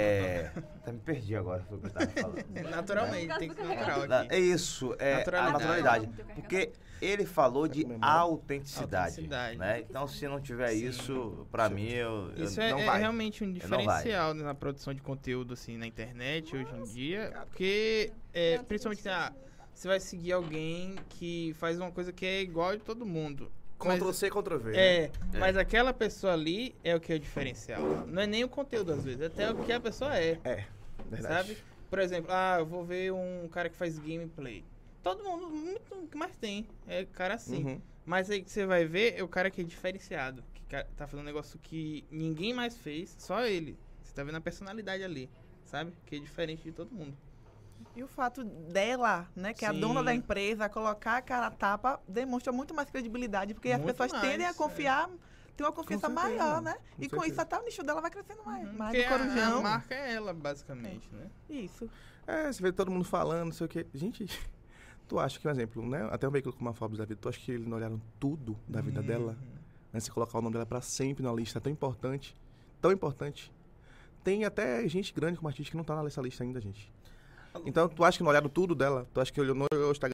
Até me perdi agora foi o que eu tava falando. Naturalmente, tem que ser natural aqui. É isso, a naturalidade. Porque ele falou de autenticidade, Autenticidade. né? Então se não tiver isso, pra mim, Isso não é vai. realmente um Não vai. diferencial na produção de conteúdo assim na internet hoje em dia, porque principalmente você vai seguir alguém que faz uma coisa que é igual de todo mundo. Ctrl C, Ctrl V. né? Mas aquela pessoa ali é o que é o diferencial. Não é nem o conteúdo às vezes, é até o que a pessoa é, Verdade. sabe? Por exemplo, eu vou ver um cara que faz gameplay. Todo mundo, muito, o que mais tem é cara assim. Uhum. Mas aí que você vai ver é o cara que é diferenciado. Que tá fazendo um negócio que ninguém mais fez, só ele. Você tá vendo a personalidade ali, sabe? Que é diferente de todo mundo. E o fato dela, né, que é a Sim. dona da empresa, colocar a cara a tapa, demonstra muito mais credibilidade, porque as Muito pessoas mais, tendem a confiar, ter uma confiança certeza, maior, né? com E com certeza. isso até o nicho dela vai crescendo mais. Mais Porque do a Corujão. marca é ela, basicamente, né? Isso. Você vê todo mundo falando, não sei o quê. Gente, tu acha que, um exemplo, né? Até um veículo como a Forbes da vida, tu acha que eles não olharam tudo da vida dela? Antes de colocar o nome dela pra sempre na lista tão importante? Tão importante. Tem até gente grande como artista que não tá nessa lista ainda, gente. Então, tu acha que não olharam tudo dela? Tu acha que olhou no Instagram?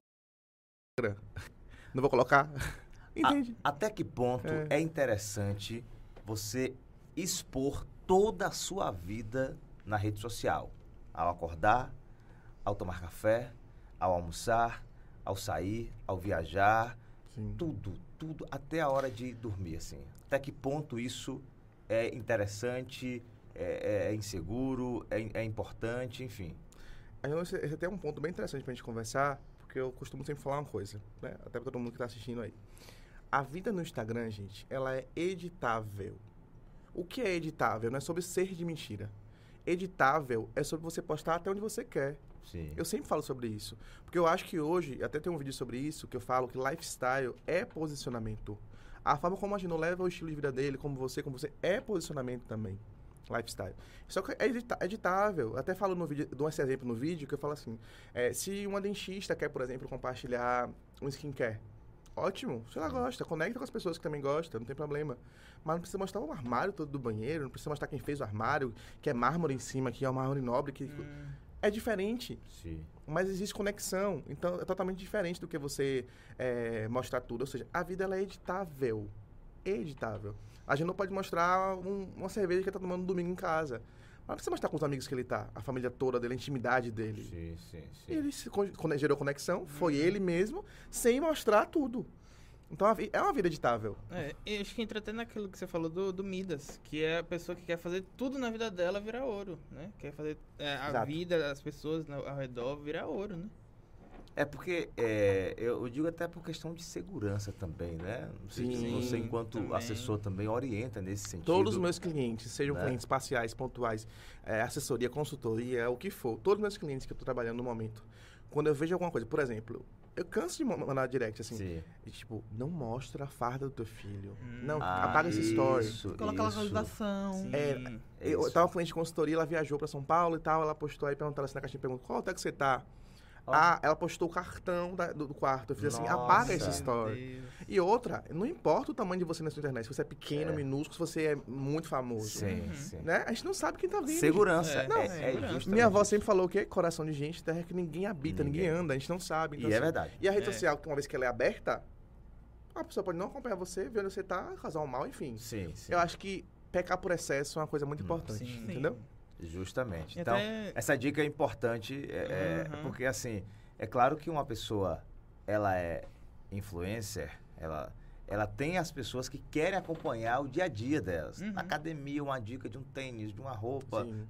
Não vou colocar? Entende? Até que ponto é interessante você expor toda a sua vida na rede social? Ao acordar, ao tomar café, ao almoçar, ao sair, ao viajar Sim. Tudo, até a hora de dormir, assim. Até que ponto isso é interessante, é inseguro, é importante, enfim. Aí esse é até um ponto bem interessante pra gente conversar, porque eu costumo sempre falar uma coisa, né? Até pra todo mundo que tá assistindo aí. A vida no Instagram, gente, ela é editável. O que é editável? Não é sobre ser de mentira. Editável é sobre você postar até onde você quer. Sim. Eu sempre falo sobre isso. Porque eu acho que hoje, até tem um vídeo sobre isso, que eu falo que lifestyle é posicionamento. A forma como a Gino leva o estilo de vida dele, como você, é posicionamento também. Lifestyle. Só que é editável. Até falo no vídeo, dou esse exemplo no vídeo, que eu falo assim, se uma dentista quer, por exemplo, compartilhar um skincare, ótimo, se ela gosta, conecta com as pessoas que também gostam, não tem problema. Mas não precisa mostrar o armário todo do banheiro, não precisa mostrar quem fez o armário, que é mármore em cima, que é um mármore nobre, que é diferente. Sim. Mas existe conexão, então é totalmente diferente do que você mostrar tudo. Ou seja, a vida ela é editável. Editável. A gente não pode mostrar uma cerveja que ele tá tomando no domingo em casa. Mas não precisa mostrar com os amigos que ele tá, a família toda dele, a intimidade dele. Sim. E ele gerou conexão, foi ele mesmo, sem mostrar tudo. Então é uma vida editável. Eu acho que entra até naquilo que você falou do Midas, que é a pessoa que quer fazer tudo na vida dela virar ouro, né? Quer fazer a Exato. vida das pessoas ao redor virar ouro, né? É porque, eu digo até por questão de segurança também, né? Não sei se Sim, você, enquanto também. assessor, também orienta nesse sentido. Todos os meus clientes, sejam né? clientes parciais, pontuais, assessoria, consultoria, o que for, todos os meus clientes que eu estou trabalhando no momento, quando eu vejo alguma coisa, por exemplo, eu canso de mandar direct assim, Sim. e, tipo, não mostra a farda do teu filho, não, Ah, apaga esse story. Coloca a localização. Sim. Eu tava uma cliente de consultoria, ela viajou pra São Paulo e tal, ela postou aí, perguntaram assim na caixinha de perguntas, qual hotel que você tá? Ela postou o cartão do quarto. Eu fiz assim, Nossa. apaga esse Meu story. Deus. E outra, não importa o tamanho de você na sua internet, se você é pequeno, minúsculo, se você é muito famoso. Sim. Né? A gente não sabe quem tá vindo. Segurança. Não, Justamente Minha avó isso. sempre falou que coração de gente, terra que ninguém habita, ninguém anda, a gente não sabe. Então, E é assim, verdade. E a rede social, uma vez que ela é aberta, a pessoa pode não acompanhar você, ver onde você tá, causar um mal, enfim. Sim. Eu acho que pecar por excesso é uma coisa muito importante, Sim. entendeu? Justamente. E Então, até- essa dica é importante, porque assim, é claro que uma pessoa, ela é influencer, ela tem as pessoas que querem acompanhar o dia a dia delas. Na academia, uma dica de um tênis, de uma roupa. Sim.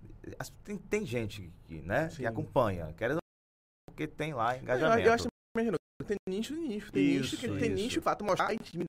Tem gente que, né, que Sim. acompanha, querendo porque tem lá engajamento. Eu acho que imagina, tem nicho e nicho. Tem Isso, nicho que tem isso. nicho, o fato mostrar a intimidade.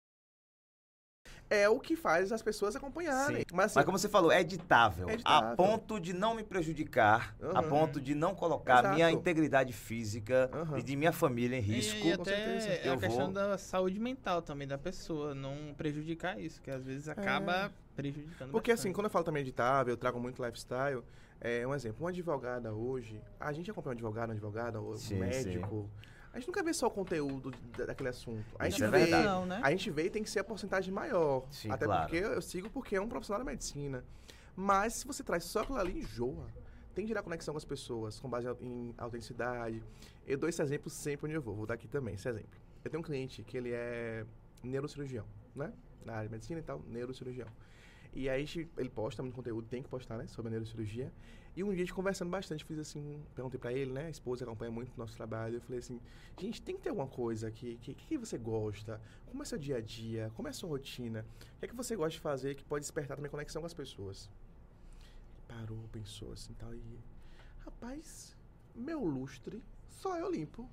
É o que faz as pessoas acompanharem. Sim. Mas, assim, Mas como você falou, é editável. É editável. A ponto de não me prejudicar, a Uhum. ponto de não colocar Exato. minha integridade física Uhum. e de minha família em risco. E com até certeza. é a Eu questão vou- da saúde mental também da pessoa, não prejudicar isso, que às vezes acaba prejudicando porque assim, bastante. quando eu falo também editável, eu trago muito lifestyle. Um exemplo, uma advogada hoje, a gente acompanha um advogado, um Sim, médico. A gente nunca vê só o conteúdo daquele assunto. A Isso gente é vê, verdade. Não, né? a gente vê e tem que ser a porcentagem maior. Sim, Até claro. porque eu sigo porque é um profissional da medicina. Mas se você traz só aquilo ali, enjoa. Tem que gerar conexão com as pessoas, com base em autenticidade. Eu dou esse exemplo sempre onde eu vou. Vou dar aqui também esse exemplo. Eu tenho um cliente que ele é neurocirurgião, né? Na área de medicina e tal, neurocirurgião. E aí ele posta muito conteúdo, tem que postar, né? Sobre a neurocirurgia. E um dia, a gente conversando bastante, fiz assim, perguntei pra ele, né? A esposa acompanha muito o nosso trabalho. Eu falei assim, gente, tem que ter alguma coisa aqui. O que você gosta? Como é seu dia a dia? Como é a sua rotina? O que é que você gosta de fazer que pode despertar também conexão com as pessoas? Parou, pensou assim, tal. E, rapaz, meu lustre, só eu limpo.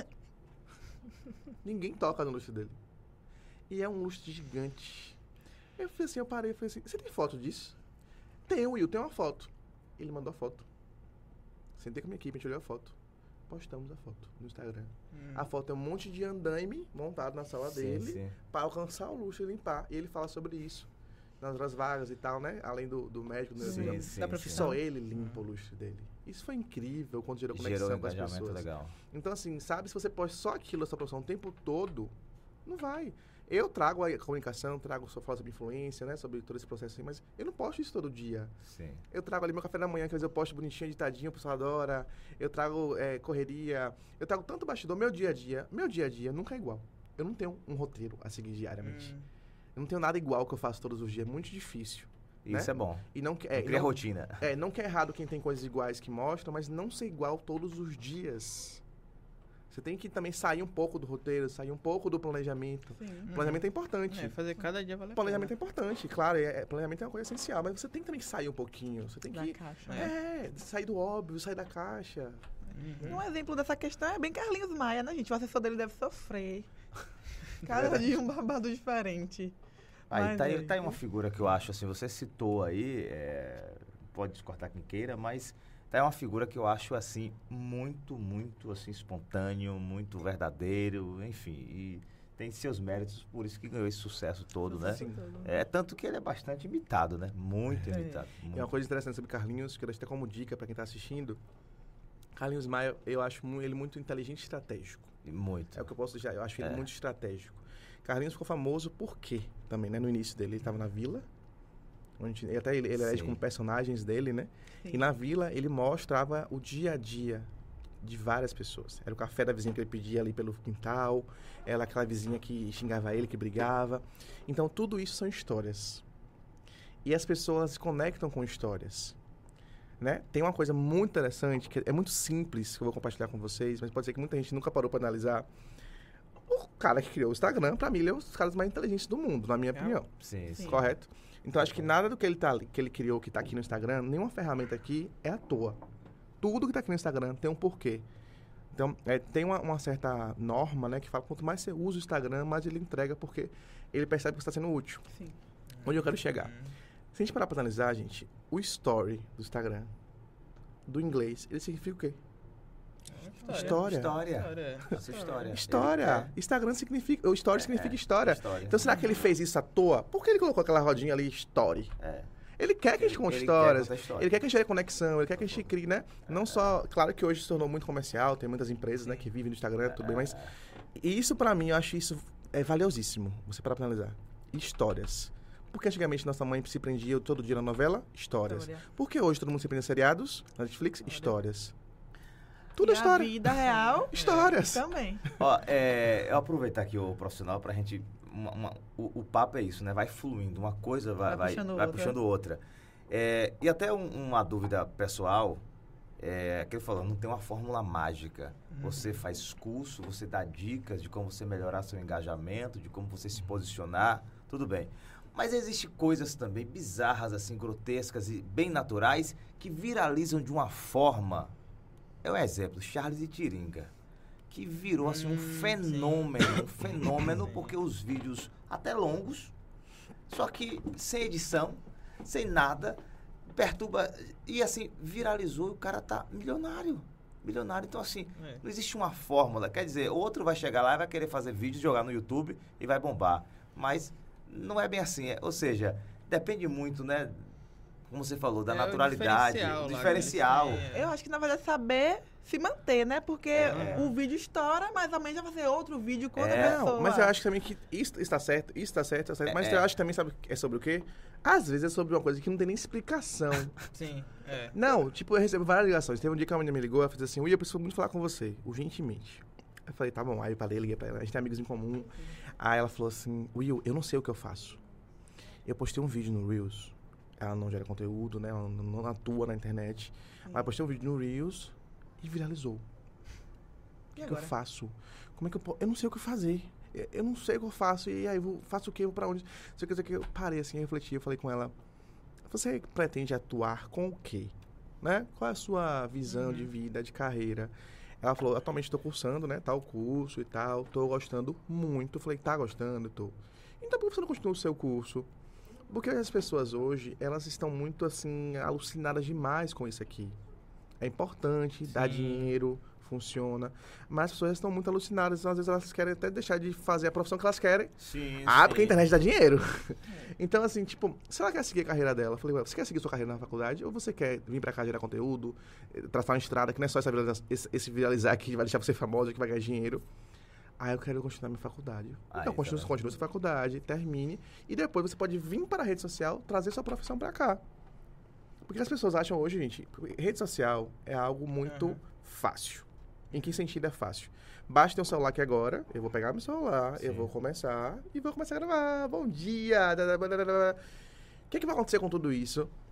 Ninguém toca no lustre dele. E é um lustre gigante. Eu fiz assim, eu parei e falei assim, você tem foto disso? Tenho, Will, tem uma foto. Ele mandou a foto. Sentei com a minha equipe, a gente olhou a foto. Postamos a foto no Instagram. A foto é um monte de andaime montado na sala dele Sim. para alcançar o lustre e limpar. E ele fala sobre isso nas horas vagas e tal, né? Além do médico, do Sim, neurocirurgião. sim, Da sim. profissão. Só ele limpa o lustre dele. Isso foi incrível quando gerou conexão Gerou um com as engajamento pessoas. legal. Então, assim, sabe, se você posta só aquilo, essa profissão o tempo todo, não vai. Eu trago a comunicação, só falo sobre influência, né? Sobre todo esse processo assim, mas eu não posto isso todo dia. Sim. Eu trago ali meu café da manhã, que às vezes eu posto bonitinho, editadinho, o pessoal adora. Eu trago correria. Eu trago tanto bastidor. Meu dia a dia nunca é igual. Eu não tenho um roteiro a seguir diariamente. Eu não tenho nada igual que eu faço todos os dias. É muito difícil. Isso né? é bom. E não, Não cria rotina. não que é errado quem tem coisas iguais que mostram, mas não ser igual todos os dias. Você tem que também sair um pouco do roteiro, sair um pouco do planejamento. Sim. O planejamento é importante. Fazer cada dia valer a Planejamento é pena. importante, claro, planejamento é uma coisa essencial, mas você tem que também sair um pouquinho, você tem Da que caixa. sair do óbvio, sair da caixa. Um exemplo dessa questão é bem Carlinhos Maia, né, gente? O assessor dele deve sofrer. Cada dia um babado diferente. Aí Mas tá aí uma figura que eu acho, assim, você citou aí, pode discordar quem queira, mas tá aí uma figura que eu acho, assim, muito, muito, assim, espontâneo, muito verdadeiro, enfim, e tem seus méritos, por isso que ganhou esse sucesso todo, né? Sim. Tanto que ele é bastante imitado, né? Muito imitado. E muito. uma coisa interessante sobre Carlinhos, que eu deixo até como dica pra quem tá assistindo, Carlinhos Maia, eu acho ele muito inteligente e estratégico. Muito. É o que eu posso dizer, eu acho ele muito estratégico. Carlinhos ficou famoso por quê? Também, né? No início dele, ele estava na vila, onde ele elege como personagens dele, né? Sim. E na vila, ele mostrava o dia a dia de várias pessoas. Era o café da vizinha que ele pedia ali pelo quintal, era aquela vizinha que xingava ele, que brigava. Então, tudo isso são histórias. E as pessoas se conectam com histórias. Né? Tem uma coisa muito interessante, que é muito simples, que eu vou compartilhar com vocês, mas pode ser que muita gente nunca parou para analisar. O cara que criou o Instagram, para mim, ele é um dos caras mais inteligentes do mundo, na minha opinião. Sim, sim. Correto? Então, acho que nada do que ele criou, que tá aqui no Instagram, nenhuma ferramenta aqui é à toa. Tudo que tá aqui no Instagram tem um porquê. Então, tem uma certa norma, né, que fala que quanto mais você usa o Instagram, mais ele entrega, porque ele percebe que está sendo útil. Sim. Onde eu quero chegar? Se a gente parar para analisar, gente, o story do Instagram, do inglês, ele significa o quê? História. Essa história. História. Instagram significa... O story significa história. História. Então, será que ele fez isso à toa? Por que ele colocou aquela rodinha ali, story? Ele quer que a gente conte Ele histórias. quer contar história. Ele quer que a gente tenha conexão. Ele quer que a gente crie, né? Não só... Claro que hoje se tornou muito comercial. Tem muitas empresas, né, que vivem no Instagram, tudo bem. Mas isso, pra mim, eu acho isso valiosíssimo. Você parar pra analisar. Histórias. Porque antigamente nossa mãe se prendia todo dia na novela? Histórias. História. Por que hoje todo mundo se prende a seriados? Na Netflix? Histórias. Tudo é E história. a vida real Histórias. também. Ó, eu aproveitar aqui o profissional pra gente... O papo é isso, né? Vai fluindo. Uma coisa vai puxando outra. E até uma dúvida pessoal, que ele falou, não tem uma fórmula mágica. Você faz curso, você dá dicas de como você melhorar seu engajamento, de como você se posicionar, tudo bem. Mas existem coisas também bizarras, assim, grotescas e bem naturais, que viralizam de uma forma... É um exemplo, Charles e Tiringa, que virou assim um fenômeno, porque os vídeos até longos, só que sem edição, sem nada, perturba, e assim, viralizou e o cara tá milionário. Então assim, não existe uma fórmula, quer dizer, outro vai chegar lá e vai querer fazer vídeos, jogar no YouTube e vai bombar, mas não é bem assim, ou seja, depende muito, né, como você falou, da naturalidade, do diferencial. Eu acho que, na verdade, saber se manter, né? Porque o vídeo estoura, mas amanhã já vai ser outro vídeo com outra pessoa. Não, mas eu acho também que isso está certo, mas eu acho também, sabe, é sobre o quê? Às vezes é sobre uma coisa que não tem nem explicação. Sim, Não, tipo, eu recebo várias ligações. Teve um dia que a menina me ligou, ela fez assim, eu preciso muito falar com você, urgentemente. Eu falei, tá bom, aí eu falei, liguei pra ela, a gente tem amigos em comum. Aí ela falou assim, Will, eu não sei o que eu faço. Eu postei um vídeo no Reels. Ela não gera conteúdo, né? Ela não atua na internet. Mas postei um vídeo no Reels e viralizou. O que eu faço? Como é que eu não sei o que fazer. Eu não sei o que eu faço. E aí, faço o quê? Vou pra onde? Você quer dizer que eu parei assim, refleti. Eu falei com ela, você pretende atuar com o quê? Né? Qual é a sua visão de vida, de carreira? Ela falou, atualmente estou cursando, né? Tal curso e tal. Estou gostando muito. Eu falei, tá gostando? Tô. Então por que você não continua o seu curso? Porque as pessoas hoje, elas estão muito, assim, alucinadas demais com isso aqui. É importante, dá dinheiro, funciona. Mas as pessoas estão muito alucinadas, então às vezes elas querem até deixar de fazer a profissão que elas querem. Porque a internet dá dinheiro. Então, assim, tipo, se ela quer seguir a carreira dela, eu falei, você quer seguir sua carreira na faculdade? Ou você quer vir pra cá gerar conteúdo, traçar uma estrada, que não é só esse viralizar que vai deixar você famosa, que vai ganhar dinheiro. Eu quero continuar minha faculdade. Então, continue sua faculdade, termine. E depois você pode vir para a rede social, trazer sua profissão para cá. Porque as pessoas acham hoje, gente, rede social é algo muito fácil. Em que sentido é fácil? Basta ter um celular aqui agora, eu vou pegar meu celular, eu vou começar a gravar. Bom dia! O que vai acontecer com tudo isso?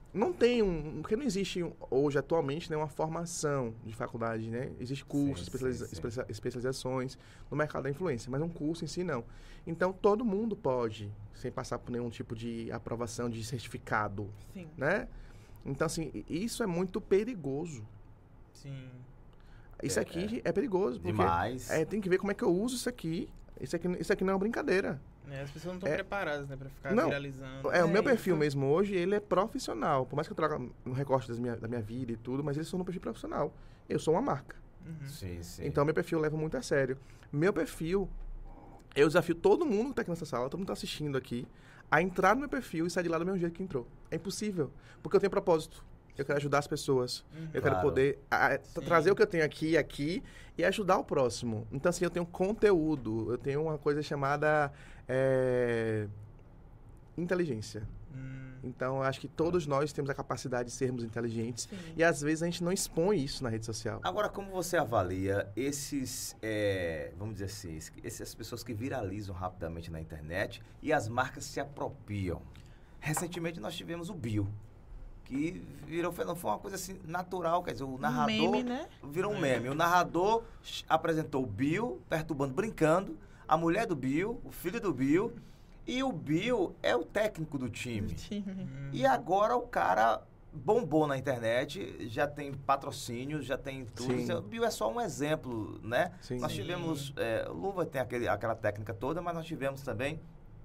Não tem porque não existe hoje, atualmente, né, uma formação de faculdade, né? Existe cursos, especializações no mercado da influência, mas um curso em si não. Então, todo mundo pode, sem passar por nenhum tipo de aprovação, de certificado, Sim. né? Então, assim, isso é muito perigoso. Sim. Isso aqui é perigoso, porque Demais. tem que ver como é que eu uso isso aqui. Isso aqui não é uma brincadeira. As pessoas não estão preparadas, né, pra ficar Não. viralizando. O meu isso. perfil mesmo hoje, ele é profissional. Por mais que eu traga um recorte da minha vida e tudo, mas ele só no perfil profissional. Eu sou uma marca. Sim, sim. Então, meu perfil eu levo muito a sério. Meu perfil, eu desafio todo mundo que tá aqui nessa sala, todo mundo que tá assistindo aqui, a entrar no meu perfil e sair de lá do mesmo jeito que entrou. É impossível. Porque eu tenho propósito. Eu quero ajudar as pessoas. Eu quero Claro. poder trazer o que eu tenho aqui e ajudar o próximo. Então, assim, eu tenho conteúdo. Eu tenho uma coisa chamada inteligência. Então, eu acho que todos nós temos a capacidade de sermos inteligentes. Sim. E, às vezes, a gente não expõe isso na rede social. Agora, como você avalia esses, vamos dizer assim, essas pessoas que viralizam rapidamente na internet e as marcas se apropriam? Recentemente nós tivemos o Bill, que virou fenômeno, foi uma coisa assim natural, quer dizer, o narrador meme, né? virou um meme. O narrador apresentou o Bill, perturbando, brincando, a mulher do Bill, o filho do Bill, e o Bill é o técnico do time. E agora o cara bombou na internet, já tem patrocínio, já tem tudo. Sim. O Bill é só um exemplo, né? Sim. Nós Sim. tivemos, o Luva tem aquela técnica toda, mas nós tivemos também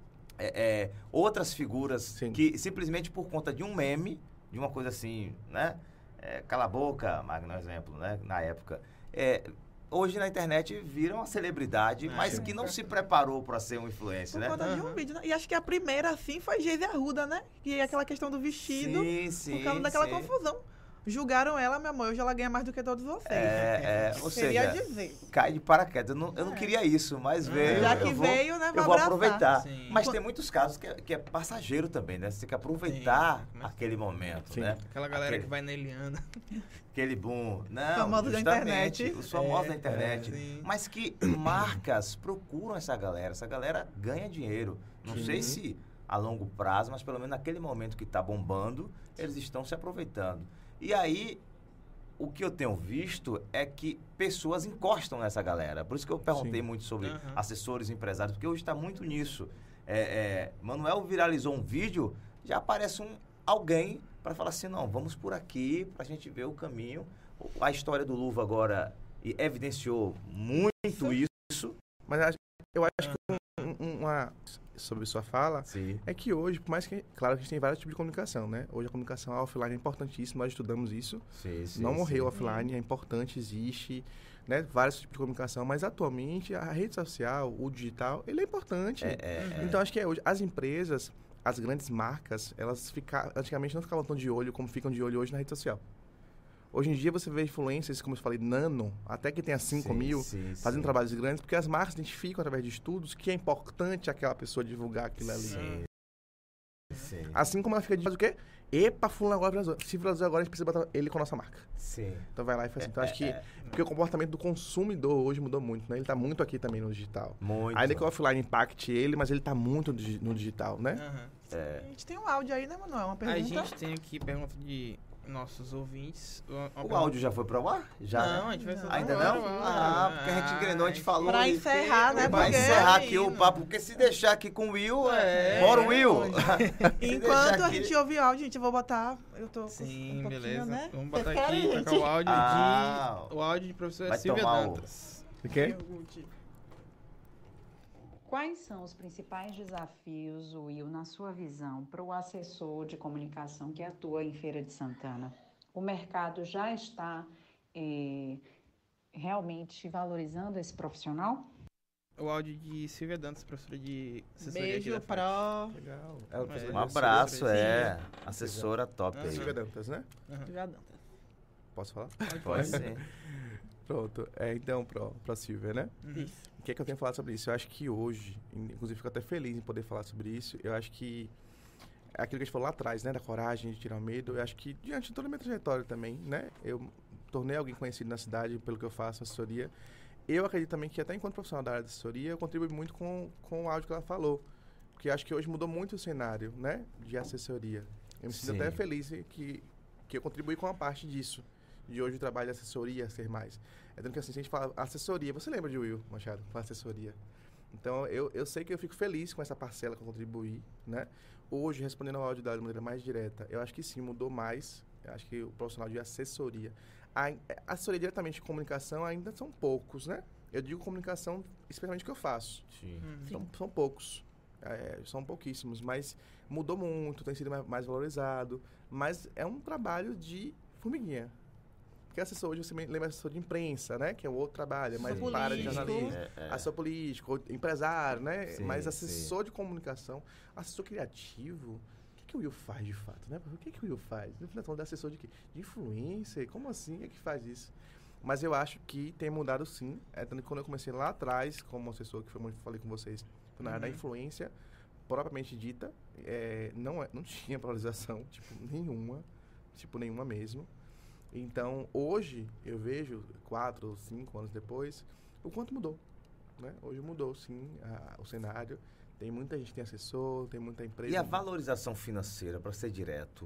outras figuras Sim. que simplesmente por conta de um meme, de uma coisa assim, né? Cala a boca, Magno, exemplo, né? Na época. Hoje na internet viram uma celebridade, mas sim. que não se preparou para ser um influencer, Por né? conta de um vídeo, né? E acho que a primeira, assim, foi Geise Arruda, né? Que é aquela questão do vestido, Sim, por causa daquela sim. confusão. Julgaram ela, meu amor, hoje ela ganha mais do que todos vocês. Ou Queria seja, dizer. cai de paraquedas. Eu não queria isso, mas veio. Já eu que vou- veio, né, Eu vou vou abraçar. aproveitar. Sim. Mas tem muitos casos que é passageiro também, né? Você tem que aproveitar Sim, mas- aquele momento, Sim. né? Aquela galera que vai na Eliana. Aquele boom. Não, Famosos da justamente, internet. os famosos da internet. sim. Mas que marcas procuram essa galera. Essa galera ganha dinheiro. Não sei se a longo prazo, mas pelo menos naquele momento que está bombando, eles estão se aproveitando. E aí, o que eu tenho visto é que pessoas encostam nessa galera. Por isso que eu perguntei Sim. muito sobre Aham. assessores, empresários, porque hoje está muito nisso. Manuel viralizou um vídeo, já aparece alguém para falar assim, não, vamos por aqui, para a gente ver o caminho. A história do Luva agora evidenciou muito isso. Mas eu acho que sobre sua fala, Sim. é que hoje, por mais que, claro que a gente tem vários tipos de comunicação, né? Hoje a comunicação offline é importantíssima, nós estudamos isso. Sim, sim, Não morreu sim. offline, é importante, existe, né? Vários tipos de comunicação, mas atualmente a rede social, o digital, ele é importante. Então acho que hoje as empresas, as grandes marcas, elas antigamente não ficavam tão de olho como ficam de olho hoje na rede social. Hoje em dia você vê influencers, como eu falei, nano, até que tenha 5 mil, fazendo trabalhos grandes, porque as marcas identificam através de estudos que é importante aquela pessoa divulgar aquilo ali. Sim. Assim como ela fica de o quê? Epa, fulano agora viralizou. Se viralizou agora, a gente precisa botar ele com a nossa marca. Sim. Então vai lá e faz assim. Então acho que porque o comportamento do consumidor hoje mudou muito, né? Ele tá muito aqui também no digital. Muito. Ainda que o offline impacte ele, mas ele tá muito no digital, né? Aham. A gente tem um áudio aí, né, Manuel? Uma pergunta. A gente tem aqui pergunta de nossos ouvintes. O áudio já foi pro ar? Já, Não, né? a gente vai soltar Ainda agora não? o áudio. Ah, porque a gente engrenou, a gente falou. Pra e- encerrar, né? Vai Porque... encerrar aqui o papo, porque se deixar aqui com o Will, bora o Will! Se Enquanto deixar a aqui- gente ouve o áudio, gente, eu vou botar... Eu tô com Sim, um pouquinho, beleza. né? Vamos botar Vocês aqui, querem, tocar o áudio Ah. o áudio de professora Vai Silvia tomar o- Dantas. O quê? Pergunte. Quais são os principais desafios, Will, na sua visão, para o assessor de comunicação que atua em Feira de Santana? O mercado já está realmente valorizando esse profissional? O áudio de Silvia Dantas, professora de assessoria aqui Beijo da FAC. pra... Legal. Um abraço, Silvia. assessora top aí. Silvia Dantas, né? Silvia Dantas. Posso falar? Pode ser. Pronto. Então, pra Silvia, né? Isso. O que é que eu tenho falado sobre isso? Eu acho que hoje, inclusive fico até feliz em poder falar sobre isso, eu acho que é aquilo que a gente falou lá atrás, né? Da coragem, de tirar o medo. Eu acho que diante de toda a minha trajetória também, né? Eu tornei alguém conhecido na cidade pelo que eu faço, assessoria. Eu acredito também que até enquanto profissional da área de assessoria, eu contribuo muito com o áudio que ela falou. Porque eu acho que hoje mudou muito o cenário, né? De assessoria. Eu me sinto Sim. até feliz que eu contribuí com uma parte disso. De hoje o trabalho de assessoria ser mais. É tanto que assim, se a gente fala assessoria, você lembra de Will Machado? Fala assessoria. Então, eu sei que eu fico feliz com essa parcela que eu contribuí, né? Hoje, respondendo ao áudio da maneira mais direta, eu acho que sim, mudou mais. Eu acho que o profissional de assessoria. A assessoria diretamente de comunicação ainda são poucos, né? Eu digo comunicação, especialmente o que eu faço. Sim. São poucos. São pouquíssimos, mas mudou muito, tem sido mais valorizado. Mas é um trabalho de formiguinha. Porque assessor hoje, você lembra assessor de imprensa, né? Que é o outro trabalho, é mais Assessor para de político. jornalismo. Assessor político, empresário, né? Sim, Mas assessor de comunicação, assessor criativo... O que o Will faz de fato, né? O que o Will faz? No final, falando de assessor de quê? De influencer? Como assim é que faz isso? Mas eu acho que tem mudado sim. Tanto que quando eu comecei lá atrás, como assessor, que foi muito que falei com vocês, foi na área da influência, propriamente dita, não tinha polarização, nenhuma mesmo. Então, hoje, eu vejo, 4 ou 5 anos depois, o quanto mudou, né? Hoje mudou, sim, o cenário. Tem muita gente que tem assessor, tem muita empresa. E a valorização financeira, para ser direto,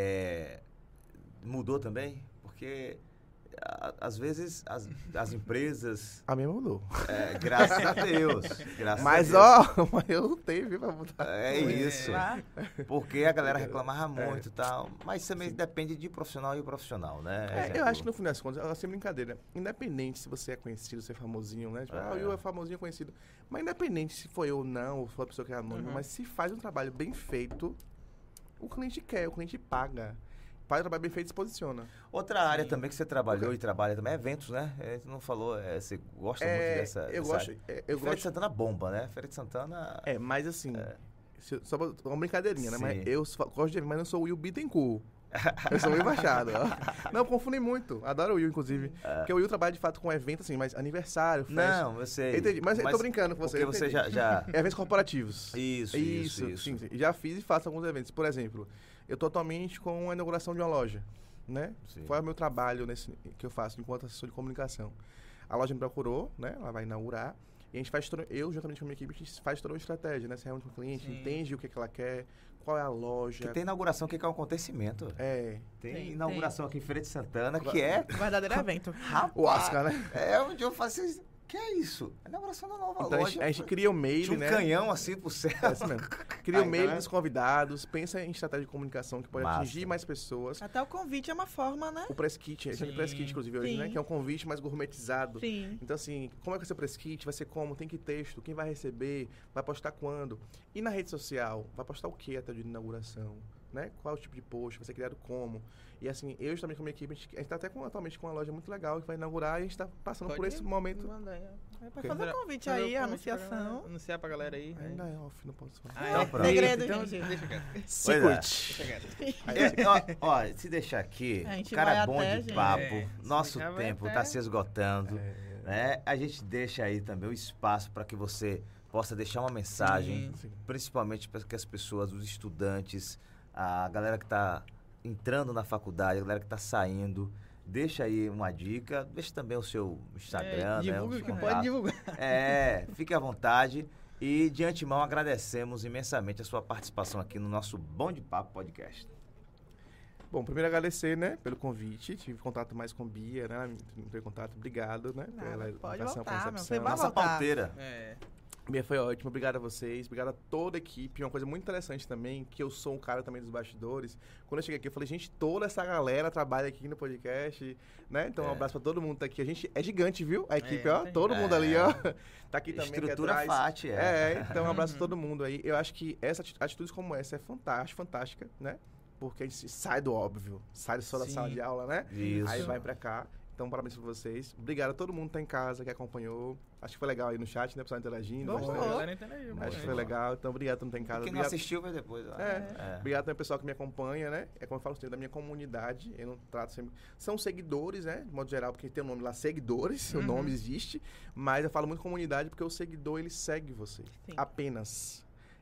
mudou também? Porque, às vezes, as empresas... A minha mudou. Graças a Deus. Mas eu lutei, viu, pra mudar. É isso. Lá. Porque a galera reclamava muito e tal. Mas também depende de profissional e profissional, né? Eu acho que no fim das contas, é sem brincadeira. Independente se você é conhecido, se é famosinho, né? Tipo, o Will é famosinho, conhecido. Mas independente se foi eu ou não, ou foi a pessoa que é anônima, mas se faz um trabalho bem feito, o cliente quer, o cliente paga. Faz o trabalho bem feito e se posiciona. Outra área também que você trabalhou e trabalha também é eventos, né? A gente não falou, você gosta muito dessa área. Eu Feira de Santana bomba, né? Feira de Santana... Mas assim, só uma brincadeirinha, né? Sim. Mas eu gosto de evento, mas não sou o Will Bittencourt. Eu sou o Will Machado. Não, confundem muito. Adoro o Will, inclusive. Porque o Will trabalha de fato com evento, assim, mas aniversário, festa. Não, eu sei. Entendi, mas eu tô brincando com você. Porque você já... Eventos corporativos. Isso. Sim. Já fiz e faço alguns eventos. Por exemplo, eu tô atualmente com a inauguração de uma loja, né? Sim. Foi o meu trabalho que eu faço enquanto assessor de comunicação. A loja me procurou, né? Ela vai inaugurar. E a gente faz eu, juntamente com a minha equipe, a gente faz toda uma estratégia, né? Se reúne com o cliente, entende o que ela quer, qual é a loja. Que tem inauguração que é um acontecimento. Tem inauguração aqui em Feira de Santana, que é... Verdadeiro evento. Rapaz, O Oscar, né? Onde eu faço assim, que é isso? A inauguração da nova Então loja. a gente cria o mail, Tinha um né? canhão assim pro céu. É isso mesmo. Cria o mail né? dos convidados, pensa em estratégia de comunicação que pode Massa. atingir mais pessoas. Até o convite é uma forma, né? O press kit, esse é o press kit, inclusive, hoje, Sim. né? Que é um convite mais gourmetizado. Sim. Então, assim, como é que vai ser o press kit? Vai ser como? Tem que texto? Quem vai receber? Vai postar quando? E na rede social? Vai postar o que até o dia de inauguração? Né? Qual é o tipo de post? Vai ser criado como? E assim, eu também com a minha equipe, a gente tá até atualmente com uma loja muito legal que vai inaugurar e a gente tá passando por esse momento. Pra fazer o convite aí, a anunciação. Anunciar pra galera aí. Ainda é off, não posso falar. Então, pronto. Segredo, Então, gente. deixa quieto. Secret. Ó, se deixar aqui, A gente o cara vai é bom até, de gente. papo, nosso já vai tempo até. tá se esgotando, né? A gente deixa aí também o espaço para que você possa deixar uma mensagem, Sim. principalmente para que as pessoas, os estudantes, a galera que tá entrando na faculdade, a galera que tá saindo, deixa aí uma dica, deixa também o seu Instagram, né? Divulga os o que contatos. pode divulgar. Fique à vontade. E de antemão agradecemos imensamente a sua participação aqui no nosso Bom de Papo Podcast. Bom, primeiro agradecer, né, pelo convite. Tive contato mais com Bia, né? Não teve contato. Obrigado, né? Nada, pode educação, voltar, concepção. meu, você vai Nossa voltar. pauteira. Bia, foi ótimo. Obrigado a vocês. Obrigado a toda a equipe. Uma coisa muito interessante também, que eu sou um cara também dos bastidores. Quando eu cheguei aqui, eu falei, gente, toda essa galera trabalha aqui no podcast, né? Então, um abraço pra todo mundo que tá aqui. A gente é gigante, viu? A equipe, ó. Todo mundo ali, ó. Tá aqui também, Estrutura aqui atrás. FAT, Então, um abraço a todo mundo aí. Eu acho que atitudes como essa é fantástica, né? Porque a gente sai do óbvio, sai só da Sim. sala de aula, né? Isso. Aí vai pra cá. Então, parabéns pra vocês. Obrigado a todo mundo que tá em casa, que acompanhou. Acho que foi legal aí no chat, né? Pessoal interagindo. Vamos bastante. lá. Acho que foi legal. Então, obrigado a todo mundo que tá em casa. Quem não Obrigado, assistiu vai depois. Ó. obrigado também ao pessoal que me acompanha, né? É como eu falo, da minha comunidade. Eu não trato sempre... São seguidores, né? De modo geral, porque tem o nome lá, seguidores. O nome existe. Mas eu falo muito comunidade porque o seguidor, ele segue você. Sim. Apenas.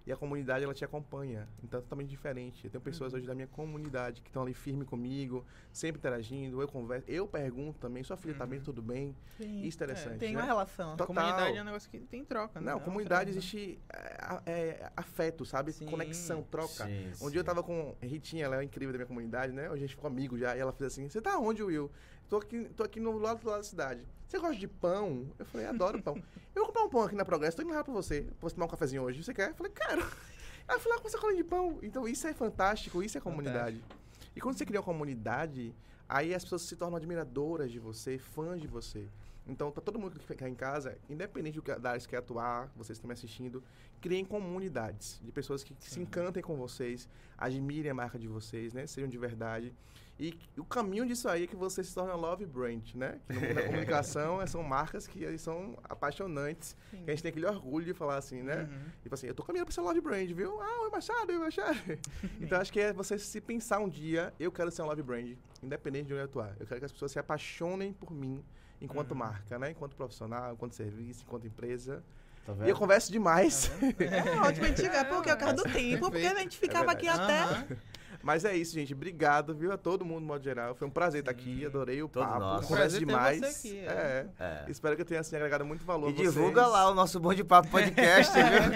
e a comunidade ela te acompanha. Então é totalmente diferente. Eu tenho pessoas hoje da minha comunidade que estão ali firme comigo, sempre interagindo, eu converso, eu pergunto também, sua filha tá bem, tudo bem? Sim. Isso é interessante. Tem né? uma relação. A Total. comunidade é um negócio que tem troca, né? Não, É comunidade uma troca. existe afeto, sabe? Sim. Conexão, troca. Sim, Um dia eu tava com Ritinha, ela é incrível da minha comunidade, né? Hoje a gente ficou amigo já, e ela fez assim, você tá onde, Will? Tô aqui no lado da cidade. Você gosta de pão? Eu falei, adoro pão. Eu vou comprar um pão aqui na Progresso, tô indo lá pra você. Vou tomar um cafezinho hoje, você quer? Eu falei, quero. Ela falou, com você falando de pão. Então isso é fantástico, isso é comunidade. E quando você cria uma comunidade, aí as pessoas se tornam admiradoras de você, fãs de você. Então, tá todo mundo que ficar em casa, independente da área que quer atuar, vocês estão me assistindo, criem comunidades de pessoas que se encantem com vocês, admirem a marca de vocês, né? Sejam de verdade. E o caminho disso aí é que você se torna love brand, né? Que no mundo da comunicação são marcas que são apaixonantes, Sim. que a gente tem aquele orgulho de falar assim, né? Tipo assim, eu tô caminhando pra ser love brand, viu? Ah, o Machado. Então, acho que é você se pensar um dia, eu quero ser um love brand, independente de onde eu atuar. Eu quero que as pessoas se apaixonem por mim, enquanto marca, né? Enquanto profissional, enquanto serviço, enquanto empresa. Tá E eu converso demais. É ótimo, a gente é porque é o caso do tempo, porque a gente ficava aqui até... Mas é isso, gente. Obrigado, viu? A todo mundo, de modo geral. Foi um prazer estar aqui. Adorei o Todo papo. nosso. Conversa Prazer ter demais. você aqui, É. Espero que eu tenha assim, agregado muito valor E a vocês. divulga lá o nosso Bom de Papo Podcast,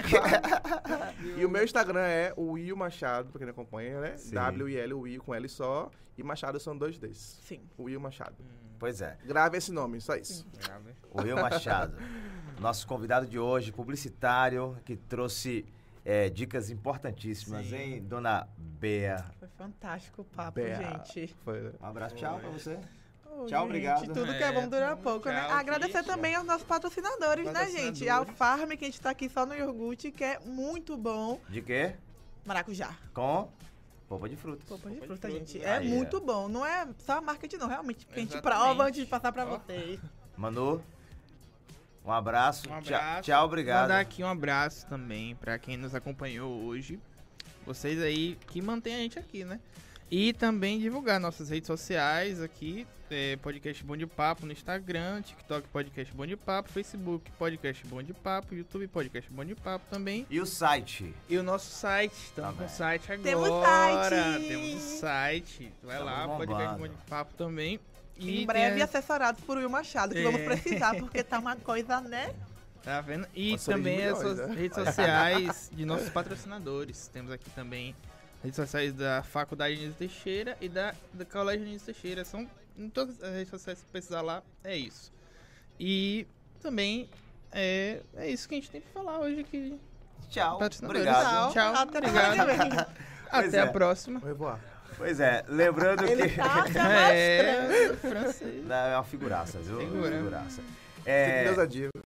viu? E o meu Instagram é o Will Machado, pra quem não acompanha, né? Sim. W-I-L, o Will com L só. E Machado são 2 Ds. Sim. O Will Machado. Pois é. Grave esse nome, só isso. O Will Machado, nosso convidado de hoje, publicitário, que trouxe dicas importantíssimas, Sim. hein, dona Bea? Foi fantástico o papo, Bea. gente. Foi, né? Um abraço, tchau pra você. Ô, Tchau, gente, obrigado. Tudo que é bom dura pouco, né? tchau, Agradecer Kisha. também aos nossos patrocinadores, né, gente? Ao Farm, que a gente tá aqui só no iogurte, que é muito bom. De quê? Maracujá. Com polpa de frutas. Polpa de Polpa de fruta, fruta. gente. É Aí, muito bom. Não é só marketing, não. Realmente, porque a gente Exatamente. prova antes de passar pra Ó. vocês. Manu, um abraço. Um abraço. Tchau, obrigado. Mandar aqui um abraço também pra quem nos acompanhou hoje. Vocês aí que mantêm a gente aqui, né? E também divulgar nossas redes sociais aqui, Podcast Bom de Papo no Instagram, TikTok Podcast Bom de Papo, Facebook Podcast Bom de Papo, YouTube Podcast Bom de Papo também. E o site? E o nosso site, estamos Também. com o site agora. Temos site! Temos o site. Vai Estamos lá, bombando. Podcast Bom de Papo também. E Em breve tem a- assessorados por Will Machado, que vamos precisar, porque tá uma coisa, né? Tá vendo? E Nossa, também milhões, as suas né? redes sociais de nossos patrocinadores. Temos aqui também redes sociais da Faculdade Anísio Teixeira e da Colégio Anísio Teixeira. São em todas as redes sociais, se precisar lá, é isso. E também é isso que a gente tem pra falar hoje aqui. Tchau. Patrocinadores. Obrigado. Tchau. Até Obrigado. semana que vem. Pois Até é. a próxima. Vou voar. Pois é, lembrando Ele que... tá se amastrando. Francês. Não, é uma figuraça, viu? Figura. Figuraça. Deus a Deus.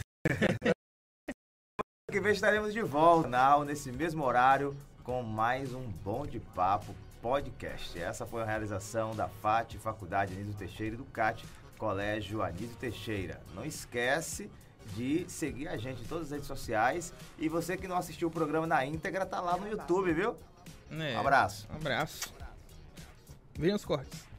Que vez estaremos de volta nesse mesmo horário com mais um Bom de Papo Podcast. Essa foi a realização da FAT, Faculdade Anísio Teixeira, e do CAT, Colégio Anísio Teixeira. Não esquece de seguir a gente em todas as redes sociais, e você que não assistiu o programa na íntegra, tá lá no YouTube, viu? É. Um abraço. Um abraço. Vem os cortes.